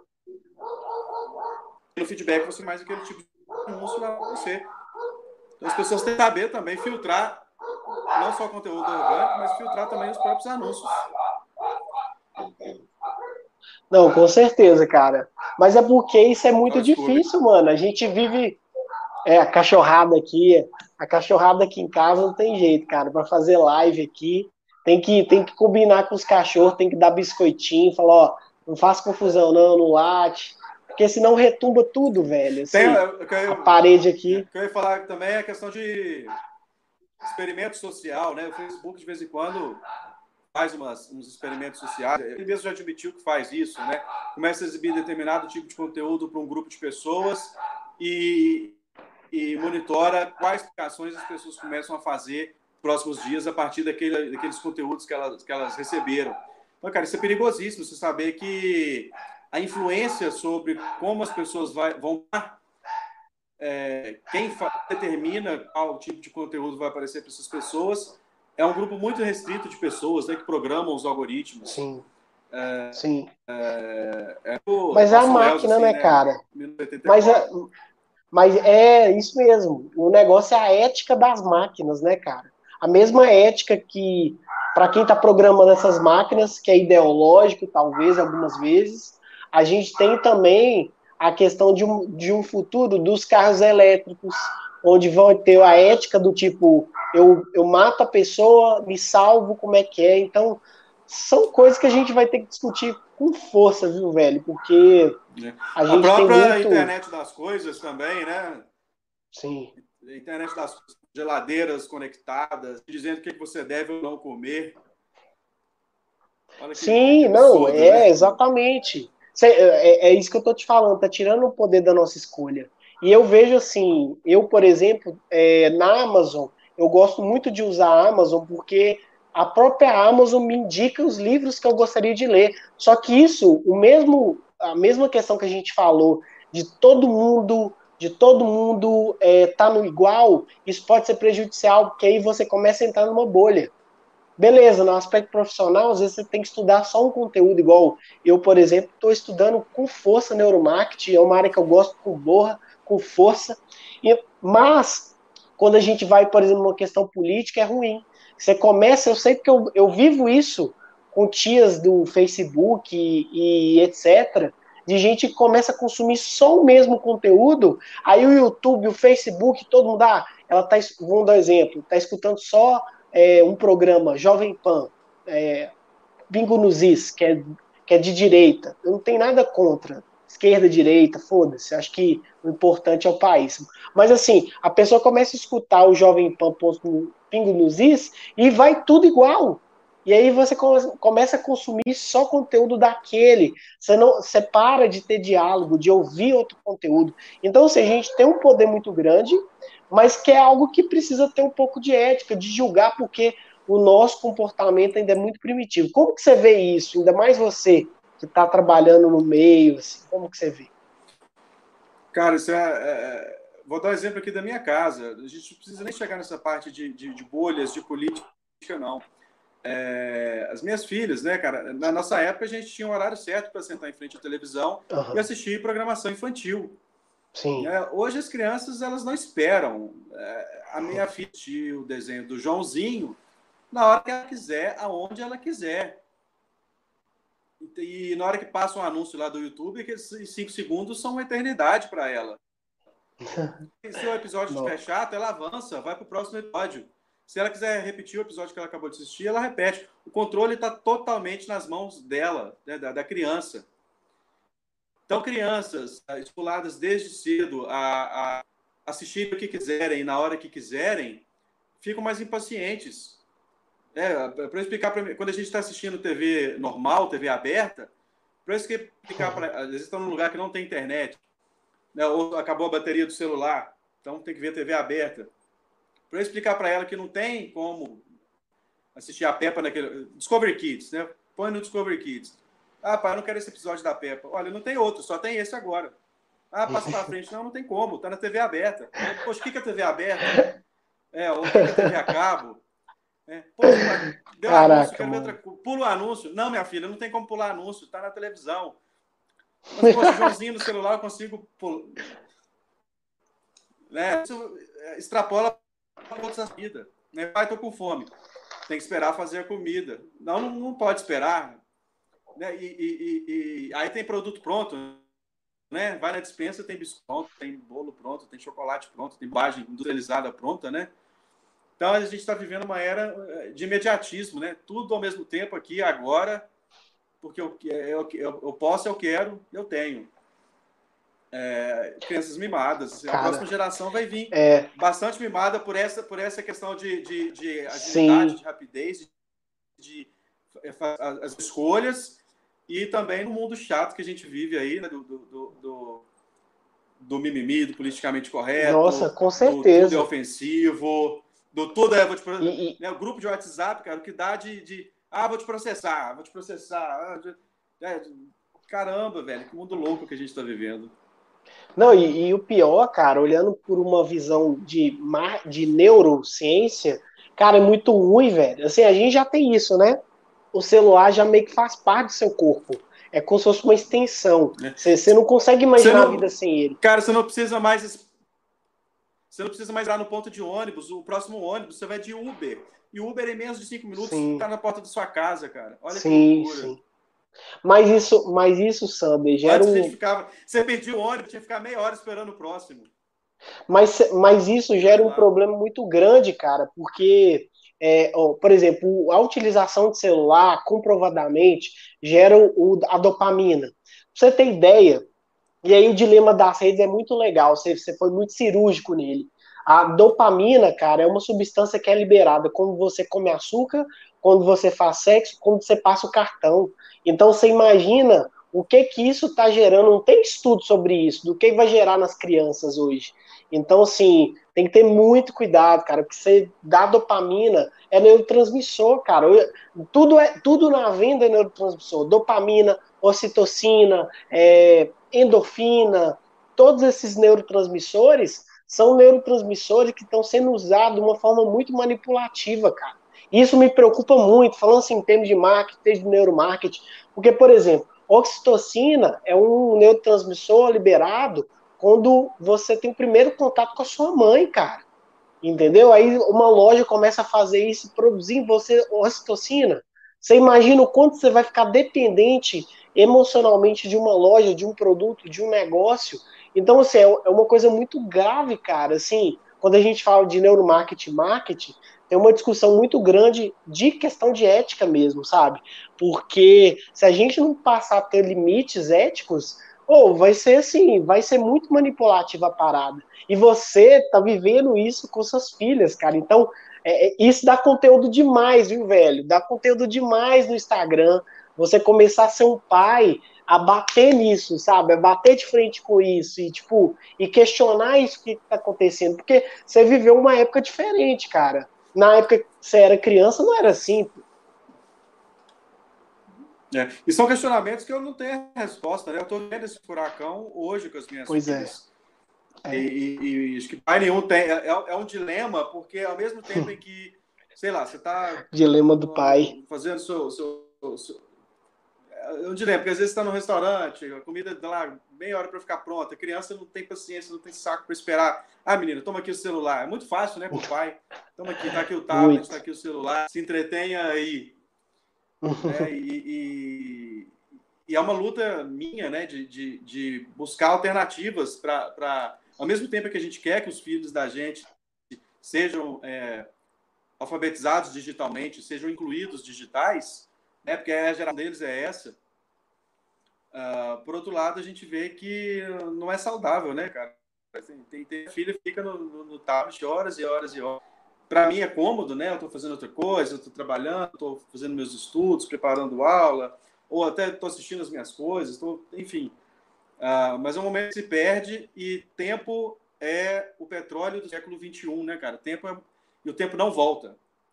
No feedback você mais aquele tipo de anúncio lá para você. Então as pessoas têm que saber também filtrar não só o conteúdo orgânico, mas filtrar também os próprios anúncios. Não, com certeza, cara. Mas é porque isso é muito Oh, difícil, mano. A gente vive... É, a cachorrada aqui, a cachorrada aqui em casa não tem jeito, cara. Para fazer live aqui, tem que, tem que combinar com os cachorros, tem que dar biscoitinho, falar, ó, não faz confusão não, não late, porque senão retumba tudo, velho. Assim, tem, eu, eu, a parede aqui. O que eu ia falar também é a questão de experimento social, né? O Facebook, de vez em quando, faz umas, uns experimentos sociais. Ele mesmo já admitiu que faz isso, né? Começa a exibir determinado tipo de conteúdo para um grupo de pessoas e... e monitora quais ações as pessoas começam a fazer nos próximos dias a partir daquele, daqueles conteúdos que elas, que elas receberam. Então, cara, isso é perigosíssimo, você saber que a influência sobre como as pessoas vai, vão... É, quem determina qual tipo de conteúdo vai aparecer para essas pessoas é um grupo muito restrito de pessoas, né, que programam os algoritmos. Sim, é, sim. É, é, o, Mas é a assim, máquina, né, né, cara? Mas é, mas é isso mesmo. O negócio é a ética das máquinas, né, cara? A mesma ética que, para quem está programando essas máquinas, que é ideológico, talvez, algumas vezes, a gente tem também a questão de um, de um futuro dos carros elétricos, onde vão ter a ética do tipo, eu, eu mato a pessoa, me salvo, como é que é. Então, são coisas que a gente vai ter que discutir com força, viu, velho? Porque a gente a própria tem muito... internet das coisas também, né? Sim. A internet das coisas, geladeiras conectadas, dizendo o que você deve ou não comer. Olha que, Sim, que absurdo, não, é né? Exatamente. É, é isso que eu tô te falando, tá tirando o poder da nossa escolha. E eu vejo assim, eu, por exemplo, é, na Amazon, eu gosto muito de usar a Amazon porque a própria Amazon me indica os livros que eu gostaria de ler. Só que isso, o mesmo, a mesma questão que a gente falou, de todo mundo, de todo mundo é, tá no igual, isso pode ser prejudicial, porque aí você começa a entrar numa bolha. Beleza, no aspecto profissional, às vezes você tem que estudar só um conteúdo, igual eu, por exemplo, estou estudando com força neuromarketing, é uma área que eu gosto com borra, com força, e, mas quando a gente vai, por exemplo, numa questão política, é ruim. Você começa, eu sei porque eu, eu vivo isso com tias do Facebook e, e etcétera, de gente que começa a consumir só o mesmo conteúdo, aí o YouTube, o Facebook, todo mundo, ah, ela tá, vamos dar um exemplo, tá escutando só é, um programa Jovem Pan, é, Bingo nos Is, que é, que é de direita. Eu não tenho nada contra. Esquerda, direita, foda-se. Acho que o importante é o país. Mas assim, a pessoa começa a escutar o Jovem Pan posto no Pingo nos Is e vai tudo igual. E aí você começa a consumir só conteúdo daquele. Você, não, você para de ter diálogo, de ouvir outro conteúdo. Então, assim, a gente tem um poder muito grande, mas que é algo que precisa ter um pouco de ética, de julgar, porque o nosso comportamento ainda é muito primitivo. Como que você vê isso? Ainda mais você que está trabalhando no meio, assim, como que você vê? Cara, isso é, é... Vou dar um exemplo aqui da minha casa. A gente não precisa nem chegar nessa parte de, de, de bolhas, de política, não. É... As minhas filhas, né, cara, na nossa época a gente tinha um horário certo para sentar em frente à televisão uhum. e assistir programação infantil. Sim. É, hoje as crianças, elas não esperam. É, a minha filha assistiu o desenho do Joãozinho na hora que ela quiser, aonde ela quiser. E, e na hora que passa um anúncio lá do YouTube, aqueles cinco segundos são uma eternidade para ela. Se o episódio estiver chato, ela avança, vai para o próximo episódio. Se ela quiser repetir o episódio que ela acabou de assistir, ela repete. O controle está totalmente nas mãos dela, né, da, da criança. Então, crianças estimuladas desde cedo a, a assistir o que quiserem, na hora que quiserem, ficam mais impacientes. É, para eu explicar para mim, quando a gente está assistindo T V normal, T V aberta, para eu explicar para às vezes estão num lugar que não tem internet, né, ou acabou a bateria do celular, então tem que ver T V aberta. Para eu explicar para ela que não tem como assistir a Peppa naquele... Discovery Kids, né? Põe no Discovery Kids. Ah, pai, eu não quero esse episódio da Peppa. Olha, não tem outro, só tem esse agora. Ah, passa para frente. Não, não tem como, tá na T V aberta. Poxa, o que é T V aberta? É, ou o que é T V a cabo? É, poxa, pai, deu Caraca, anúncio, quero ver outra coisa. Pula o anúncio. Não, minha filha, não tem como pular anúncio, tá na televisão. Mas, poxa, Joãozinho no celular eu consigo pular. Né? Isso extrapola para outras vidas. Né? Pai, tô com fome. Tem que esperar fazer a comida. Não, não, não pode esperar. Né? E, e, e, e aí tem produto pronto, né? Vai na despensa, tem biscoito pronto, tem bolo pronto, tem chocolate pronto, tem embalagem industrializada pronta, né? Então a gente está vivendo uma era de imediatismo, né? Tudo ao mesmo tempo aqui, agora, porque eu, eu, eu, eu posso, eu quero, eu tenho. É, crianças mimadas. Cara, a próxima geração vai vir é... bastante mimada por essa, por essa questão de, de, de agilidade, Sim. de rapidez, de, de, de as escolhas. E também no mundo chato que a gente vive aí, né? do, do, do, do mimimi, do politicamente correto. Nossa, com certeza. Do tudo é ofensivo, do tudo é... Vou te, e, né, o grupo de WhatsApp, cara, o que dá de... de ah, vou te processar, vou te processar. É, caramba, velho, que mundo louco que a gente está vivendo. Não, e, e o pior, cara, olhando por uma visão de, de neurociência, cara, é muito ruim, velho. Assim, a gente já tem isso, né? O celular já meio que faz parte do seu corpo. É como se fosse uma extensão. Você, você não consegue imaginar não, a vida sem ele. Cara, você não precisa mais... Você não precisa mais ir lá no ponto de ônibus. O próximo ônibus, você vai de Uber. E o Uber, em menos de cinco minutos, está na porta da sua casa, cara. Olha sim, que loucura. Sim. Mas isso, mas isso, Sander, gera Antes um... a gente ficava... Você perdia o ônibus, tinha que ficar meia hora esperando o próximo. Mas, mas isso gera um problema muito grande, cara, porque... É, ó, por exemplo, a utilização de celular comprovadamente gera o, a dopamina. Pra você ter ideia, e aí o dilema das redes é muito legal, você, você foi muito cirúrgico nele. A dopamina, cara, é uma substância que é liberada quando você come açúcar, quando você faz sexo, quando você passa o cartão. Então você imagina o que que isso está gerando, não tem estudo sobre isso, do que vai gerar nas crianças hoje. Então, assim, tem que ter muito cuidado, cara, porque você dá dopamina, é neurotransmissor, cara. Tudo, é, tudo na venda é neurotransmissor. Dopamina, ocitocina, é, endorfina, todos esses neurotransmissores são neurotransmissores que estão sendo usados de uma forma muito manipulativa, cara. Isso me preocupa muito, falando assim em termos de marketing, de neuromarketing, porque, por exemplo, ocitocina é um neurotransmissor liberado quando você tem o primeiro contato com a sua mãe, cara. Entendeu? Aí uma loja começa a fazer isso, produzir em você ocitocina. Você imagina o quanto você vai ficar dependente emocionalmente de uma loja, de um produto, de um negócio. Então, assim, é uma coisa muito grave, cara. Assim, quando a gente fala de neuromarketing, marketing, tem uma discussão muito grande de questão de ética mesmo, sabe? Porque se a gente não passar a ter limites éticos, oh, vai ser assim, vai ser muito manipulativa a parada. E você tá vivendo isso com suas filhas, cara. Então, é, isso dá conteúdo demais, viu, velho? Dá conteúdo demais no Instagram. Você começar a ser um pai, a bater nisso, sabe? A bater de frente com isso e, tipo, e questionar isso que tá acontecendo. Porque você viveu uma época diferente, cara. Na época que você era criança, não era assim. É. E são questionamentos que eu não tenho resposta, né? Eu tô vendo esse furacão hoje com as minhas pois filhas. É. É. E, e, e acho que pai nenhum tem. É, é um dilema, porque ao mesmo tempo em que, sei lá, você está. Dilema do pai. Fazendo seu. seu, seu é um dilema, porque às vezes você está no restaurante, a comida dá lá meia hora para ficar pronta, a criança não tem paciência, não tem saco para esperar. Ah, menina, toma aqui o celular. É muito fácil, né, pro pai? Toma aqui, tá aqui o tablet, tá aqui o celular, se entretenha aí. É, e, e, e é uma luta minha, né, de, de, de buscar alternativas para, ao mesmo tempo que a gente quer que os filhos da gente sejam é, alfabetizados digitalmente, sejam incluídos digitais, né, porque a geração deles é essa. Uh, por outro lado, a gente vê que não é saudável, né, cara? Assim, tem, tem filho que fica no, no, no tablet horas e horas e horas. Para mim é cômodo, né? Eu estou fazendo outra coisa, eu estou trabalhando, estou fazendo meus estudos, preparando aula, ou até estou assistindo as minhas coisas, tô, enfim. Uh, mas é um momento que se perde e tempo é o petróleo do século vinte e um, né, cara? Tempo é... E o tempo não volta.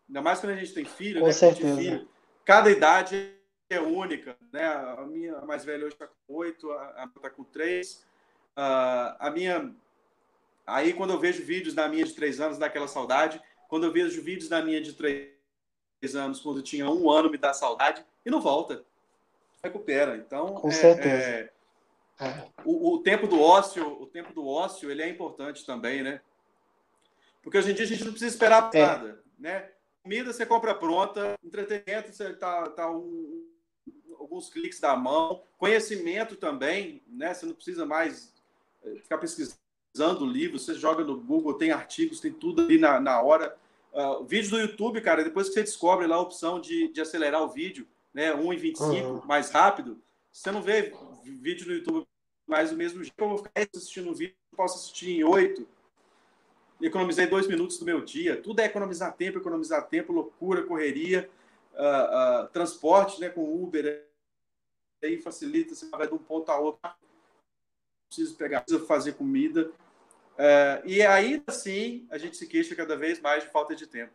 Ainda mais quando a gente tem filho, Com né? Quando a gente tem certeza. filho, cada idade é única, né? A minha a mais velha hoje está com oito, a minha está com três. Uh, a minha... Aí, quando eu vejo vídeos da minha de três anos, dá aquela saudade. Quando eu vejo vídeos da minha de três anos, quando eu tinha um ano, me dá saudade. E não volta. Recupera. Então, Com certeza. é, é... É. O, o tempo do ócio, o tempo do ócio, ele é importante também, né? Porque hoje em dia a gente não precisa esperar É. nada, né? Comida você compra pronta, entretenimento você tá, tá um, alguns cliques da mão, conhecimento também, né? Você não precisa mais ficar pesquisando livros, você joga no Google, tem artigos, tem tudo ali na, na hora. Uh, vídeo do YouTube, cara, depois que você descobre lá a opção de, de acelerar o vídeo, né? um e vinte e cinco, Uhum. mais rápido, você não vê vídeo no YouTube mais do mesmo jeito. Eu vou ficar assistindo um vídeo, posso assistir em oito. Economizei dois minutos do meu dia. Tudo é economizar tempo, economizar tempo, loucura, correria, uh, uh, transporte, né, com Uber, aí facilita, você vai de um ponto a outro, não precisa pegar, precisa fazer comida. Uh, e ainda assim, a gente se queixa cada vez mais de falta de tempo.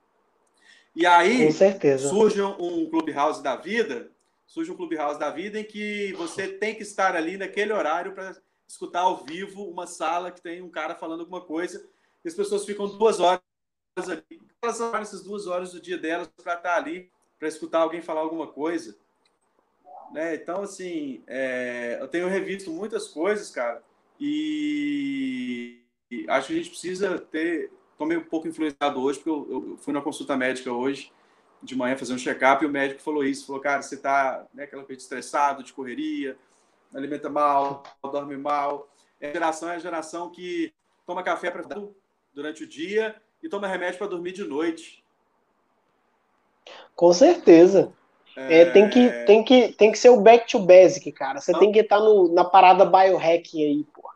E aí, Com certeza. surge um, um Clubhouse da vida, surge um Clubhouse da vida em que você tem que estar ali naquele horário para escutar ao vivo uma sala que tem um cara falando alguma coisa. E as pessoas ficam duas horas ali. Elas são essas duas horas do dia delas para estar ali, para escutar alguém falar alguma coisa. Né? Então, assim, é... eu tenho revisto muitas coisas, cara, e... e acho que a gente precisa ter... Estou meio um pouco influenciado hoje, porque eu, eu fui na consulta médica hoje, de manhã, fazer um check-up, e o médico falou isso, falou, cara, você está, né, aquela coisa estressado, de correria, alimenta mal, dorme mal. A geração é a geração que toma café para durante o dia e toma remédio para dormir de noite. Com certeza. É... É, tem, que, tem, que, tem que ser o back to basic, cara. Você tem que estar no, na parada biohacking aí, pô.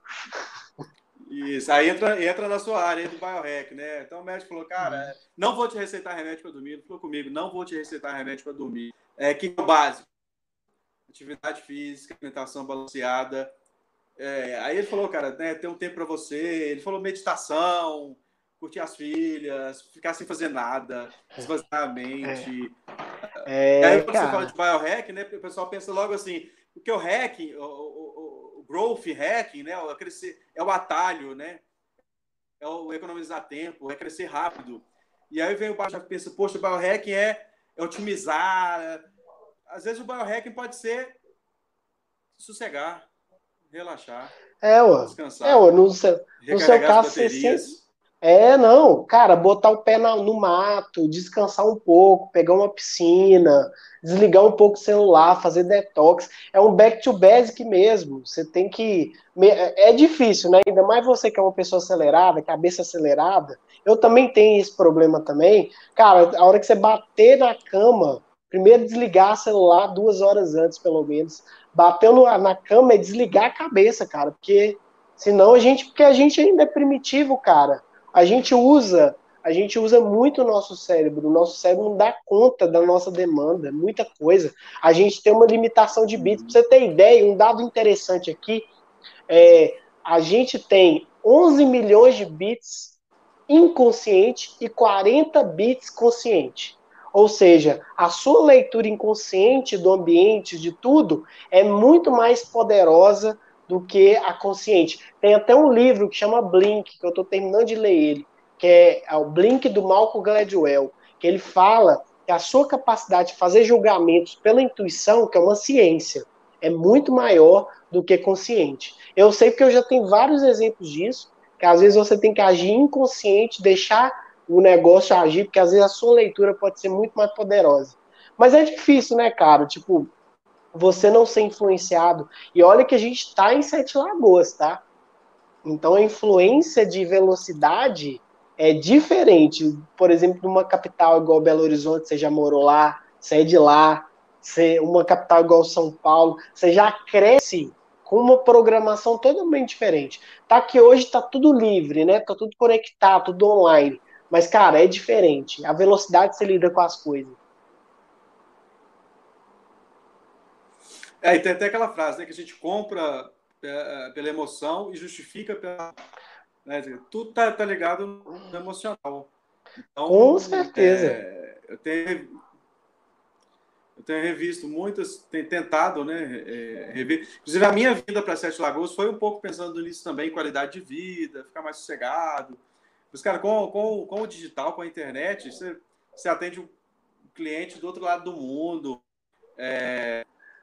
Isso, aí entra, entra na sua área aí do biohack, né? Então o médico falou, cara, não vou te receitar remédio para dormir. Ele falou comigo, não vou te receitar remédio para dormir. É que é o básico. Atividade física, alimentação balanceada. É, aí ele falou, cara, né, tem um tempo para você. Ele falou meditação, curtir as filhas, ficar sem fazer nada, esvaziar a mente. É, e aí, quando cara. você fala de biohack, né, o pessoal pensa logo assim, porque o hacking, o, o, o growth hacking, né, o crescer, é o atalho, né? É o economizar tempo, é crescer rápido. E aí vem o baixo e pensa, poxa, o biohacking é, é otimizar. Às vezes o biohacking pode ser sossegar, relaxar, É, ó. descansar, É, ó, no seu, no seu recarregar as caso, você sempre. baterias. É, não, cara, botar o pé na- no mato, descansar um pouco, pegar uma piscina, desligar um pouco o celular, fazer detox. É um back to basic mesmo. Você tem que. me- É é difícil, né? Ainda mais você que é uma pessoa acelerada, cabeça acelerada. Eu também tenho esse problema também. Cara, a hora que você bater na cama, primeiro desligar o celular duas horas antes, pelo menos. Bateu no- na cama é desligar a cabeça, cara, porque senão a gente. Porque a gente ainda é primitivo, cara. A gente usa, a gente usa muito o nosso cérebro. O nosso cérebro não dá conta da nossa demanda, muita coisa. A gente tem uma limitação de bits. Pra você ter ideia, um dado interessante aqui, é, a gente tem onze milhões de bits inconsciente e quarenta bits consciente. Ou seja, a sua leitura inconsciente do ambiente, de tudo, é muito mais poderosa do que a consciente. Tem até um livro que chama Blink, que eu estou terminando de ler ele, que é o Blink do Malcolm Gladwell, que ele fala que a sua capacidade de fazer julgamentos pela intuição, que é uma ciência, é muito maior do que consciente. Eu sei porque eu já tenho vários exemplos disso, que às vezes você tem que agir inconsciente, deixar o negócio agir, porque às vezes a sua leitura pode ser muito mais poderosa. Mas é difícil, né, cara? Tipo, você não ser influenciado. E olha que a gente está em Sete Lagoas, tá? Então a influência de velocidade é diferente. Por exemplo, numa capital igual Belo Horizonte, você já morou lá, você é de lá, você, uma capital igual São Paulo, você já cresce com uma programação totalmente diferente. Tá que hoje tá tudo livre, né? Tá tudo conectado, tudo online. Mas, cara, é diferente. A velocidade que você lida com as coisas. É, e tem até aquela frase, né, que a gente compra é, pela emoção e justifica pela... Né, tudo tá, tá ligado no emocional. Então, Com certeza. É, eu tenho Eu tenho revisto muitas, tenho tentado, né, é, rever. Inclusive, a minha vinda para Sete Lagoas foi um pouco pensando nisso também, qualidade de vida, ficar mais sossegado. Mas, cara, com, com, com o digital, com a internet, você, você atende um cliente do outro lado do mundo, é,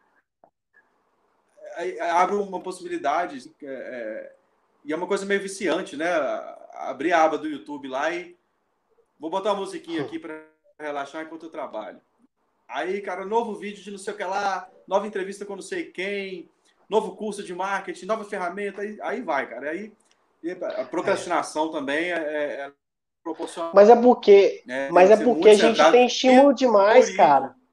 abre uma possibilidade, é, é, e é uma coisa meio viciante, né? Abrir a aba do YouTube lá e vou botar uma musiquinha aqui para relaxar enquanto eu trabalho. Aí, cara, novo vídeo de não sei o que lá, nova entrevista com não sei quem, novo curso de marketing, nova ferramenta, aí, aí vai, cara. Aí a procrastinação é. também é, é proporcional. Mas é porque, é, mas é porque a gente tem estímulo demais, por cara. Isso,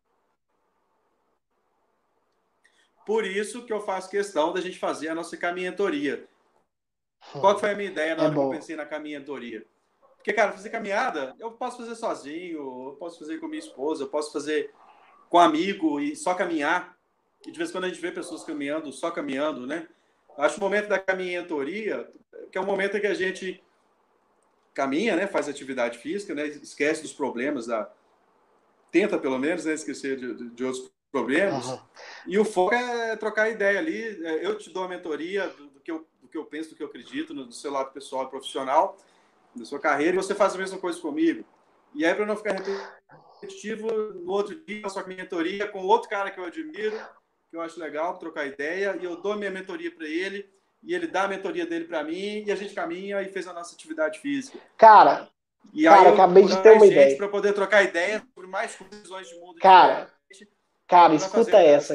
por isso que eu faço questão da gente fazer a nossa caminhantoria. Qual foi a minha ideia na é hora bom. que eu pensei na caminhantoria? Porque, cara, fazer caminhada, eu posso fazer sozinho, eu posso fazer com minha esposa, eu posso fazer com amigo e só caminhar. E de vez em quando a gente vê pessoas caminhando, só caminhando, né? Acho que o momento da caminhantoria, que é o momento em que a gente caminha, né? Faz atividade física, né? Esquece dos problemas, da... tenta pelo menos, né? Esquecer de, de outros problemas. Uhum. E o foco é trocar ideia ali. Eu te dou a mentoria do, do, que, eu, do que eu penso, do que eu acredito, no, do seu lado pessoal e profissional, da sua carreira, e você faz a mesma coisa comigo. E aí, para não ficar repetitivo, no outro dia eu faço a minha mentoria com outro cara que eu admiro, que eu acho legal, trocar ideia, e eu dou minha mentoria para ele, e ele dá a mentoria dele para mim, e a gente caminha e fez a nossa atividade física. Cara, e cara, aí eu acabei de ter uma ideia. Para poder trocar ideia sobre mais visões de mundo cara, diferentes. Cara, escuta essa.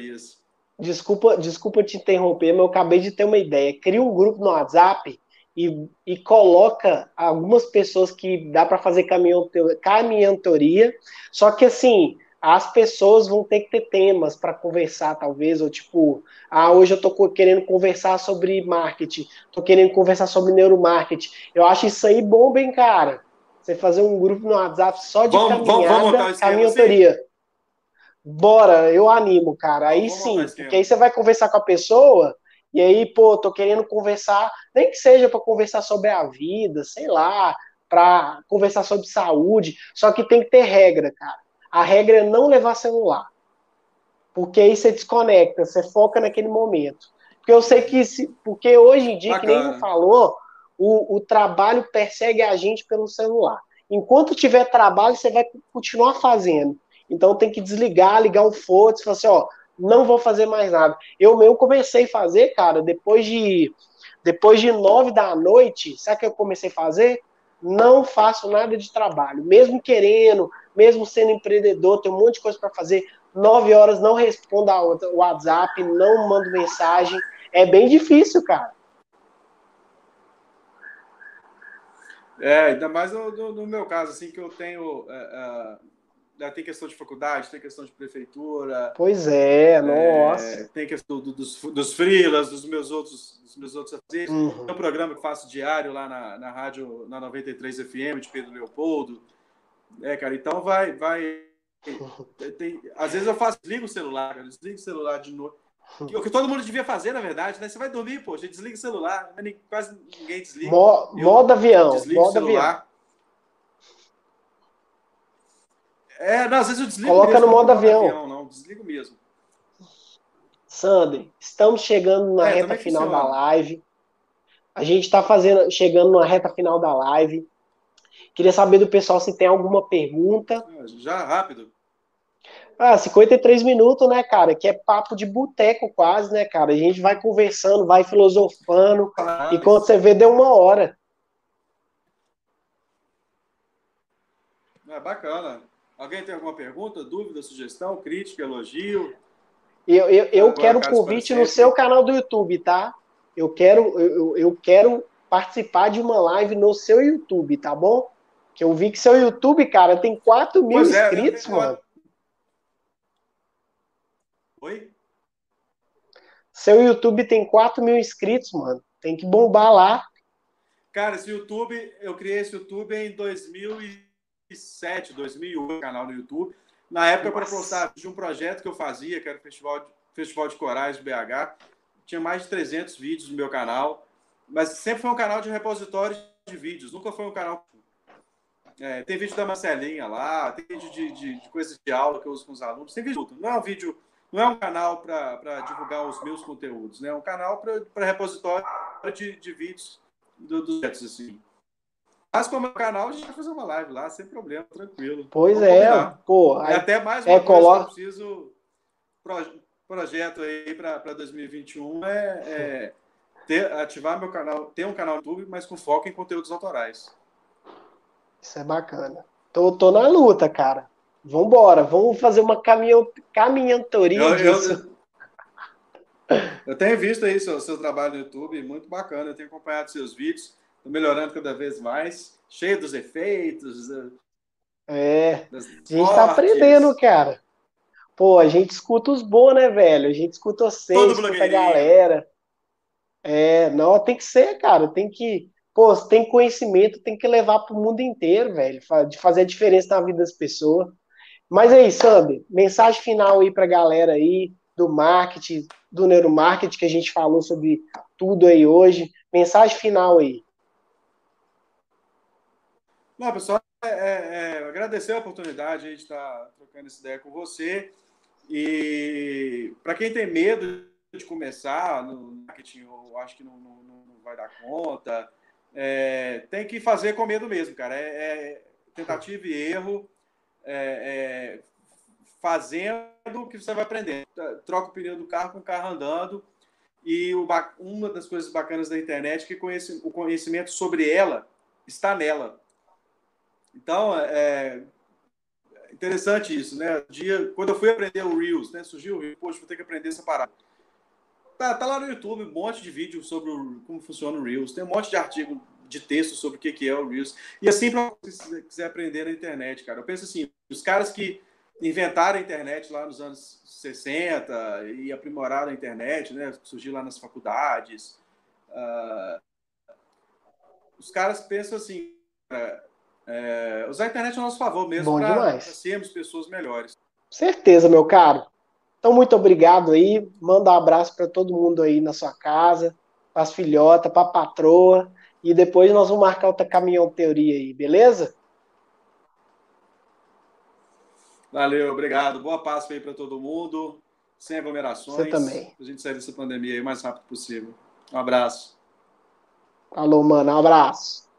Desculpa, desculpa te interromper, mas eu acabei de ter uma ideia. Cria um grupo no WhatsApp e, e coloca algumas pessoas que dá para fazer caminhantoria, só que assim, as pessoas vão ter que ter temas para conversar, talvez, ou tipo, ah, hoje eu tô querendo conversar sobre marketing, tô querendo conversar sobre neuromarketing. Eu acho isso aí bom, bem, cara. Você fazer um grupo no WhatsApp só de vamos, caminhada, vamos montar um caminhantoria. Assim? Bora, eu animo, cara. Aí vamos sim, porque aí você vai conversar com a pessoa e aí, pô, tô querendo conversar, nem que seja para conversar sobre a vida, sei lá, para conversar sobre saúde, só que tem que ter regra, cara. A regra é não levar celular. Porque aí você desconecta, você foca naquele momento. Porque eu sei que, se, porque hoje em dia, Bacana. que nem você falou, o, o trabalho persegue a gente pelo celular. Enquanto tiver trabalho, você vai continuar fazendo. Então tem que desligar, ligar o foda-se, falar assim, ó, não vou fazer mais nada. Eu mesmo comecei a fazer, cara, depois de depois de nove da noite, sabe o que eu comecei a fazer? Não faço nada de trabalho. Mesmo querendo, mesmo sendo empreendedor, tem um monte de coisa para fazer. Nove horas não respondo ao WhatsApp, não mando mensagem. É bem difícil, cara. É, ainda mais no, no, no meu caso, assim, que eu tenho... Uh, uh, tem questão de faculdade, tem questão de prefeitura. Pois é, é nossa. Tem questão do, dos, dos freelas, dos meus outros, dos meus outros afazeres. Uhum. Tem um programa que faço diário lá na, na rádio, na noventa e três F M, de Pedro Leopoldo. É, cara, então vai... vai tem, às vezes eu faço, desligo o celular, cara, desligo o celular de novo. O que todo mundo devia fazer, na verdade, né? Você vai dormir, poxa, desliga o celular. Quase ninguém desliga. Mo, modo avião. Desligo modo o celular. Avião. É, não, às vezes eu desligo Coloca mesmo. no modo não avião. avião. Não, desligo mesmo. Sander, estamos chegando na é, reta final funciona. da live. A gente está fazendo, chegando na reta final da live. Queria saber do pessoal se tem alguma pergunta. Já rápido. Ah, cinquenta e três minutos, né, cara? Que é papo de boteco quase, né, cara? A gente vai conversando, vai filosofando. Ah, e quando você vê, deu uma hora. É bacana. Alguém tem alguma pergunta, dúvida, sugestão, crítica, elogio? Eu, eu, eu quero convite no seu canal do YouTube, tá? Eu quero, eu, eu quero participar de uma live no seu YouTube, tá bom? Que eu vi que seu YouTube, cara, tem quatro mil pois inscritos, é, eu, eu, mano. Oi? Seu YouTube tem quatro mil inscritos, mano. Tem que bombar lá. Cara, esse YouTube, eu criei esse YouTube em dois mil e sete, dois mil e oito, canal no YouTube. Na época, para postar de um projeto que eu fazia, que era o Festival de, Festival de Corais de B H. Tinha mais de trezentos vídeos no meu canal. Mas sempre foi um canal de repositório de vídeos. Nunca foi um canal... É, tem vídeo da Marcelinha lá, tem vídeo de, de, de coisas de aula que eu uso com os alunos, tem vídeo. Não é um vídeo, não é um canal para divulgar os meus conteúdos, né? É um canal para repositório de, de vídeos do, dos assim. Mas como é um canal, a gente vai fazer uma live lá, sem problema, tranquilo. Pois Vamos é, combinar. pô. É Aí, até mais é, uma coisa colo... que eu preciso. Pro, projeto aí para dois mil e vinte e um é, é ter, ativar meu canal, ter um canal no YouTube, mas com foco em conteúdos autorais. Isso é bacana. Tô, tô na luta, cara. Vambora, vamos fazer uma caminhão, caminhantoria Eu, disso. eu, eu tenho visto aí seu, seu trabalho no YouTube, muito bacana. Eu tenho acompanhado seus vídeos, estou melhorando cada vez mais, cheio dos efeitos, É, das a gente tá aprendendo, cortes. cara. Pô, a gente escuta os bons, né, velho? A gente escuta você, Todo escuta a blogueirinho. galera. É, não, tem que ser, cara. Tem que. Pô, se tem conhecimento, tem que levar pro mundo inteiro, velho. fa- De fazer a diferença na vida das pessoas. Mas aí, Sander, mensagem final aí pra galera aí do marketing, do neuromarketing, que a gente falou sobre tudo aí hoje. Mensagem final aí. Não, pessoal, é, é, é, agradecer a oportunidade de estar trocando essa ideia com você. E para quem tem medo de começar no marketing, eu acho que não, não, não vai dar conta, é, tem que fazer com medo mesmo, cara. É, é tentativa e erro, é, é, fazendo que você vai aprender. Troca o pneu do carro com o carro andando. E o, uma das coisas bacanas da internet é que conhece, o conhecimento sobre ela está nela. Então, é interessante isso, né? Dia, quando eu fui aprender o Reels, né? Surgiu o Reels, poxa, vou ter que aprender essa parada. Tá, tá lá no YouTube um monte de vídeo sobre o, como funciona o Reels. Tem um monte de artigo de texto sobre o que, que é o Reels. E assim, para você quiser aprender na internet, cara. Eu penso assim, os caras que inventaram a internet lá nos anos sessenta e aprimoraram a internet, né? Surgiu lá nas faculdades. Uh, os caras pensam assim, cara, é, usar a internet a nosso favor mesmo Bom para demais. sermos pessoas melhores. Certeza, meu caro. Então, muito obrigado aí. Manda um abraço para todo mundo aí na sua casa, para as filhotas, para a patroa. E depois nós vamos marcar outra caminhão teoria aí, beleza? Valeu, obrigado. Boa Páscoa aí para todo mundo, sem Você aglomerações, também. para a gente sair dessa pandemia aí o mais rápido possível. Um abraço. Falou, mano. Um abraço.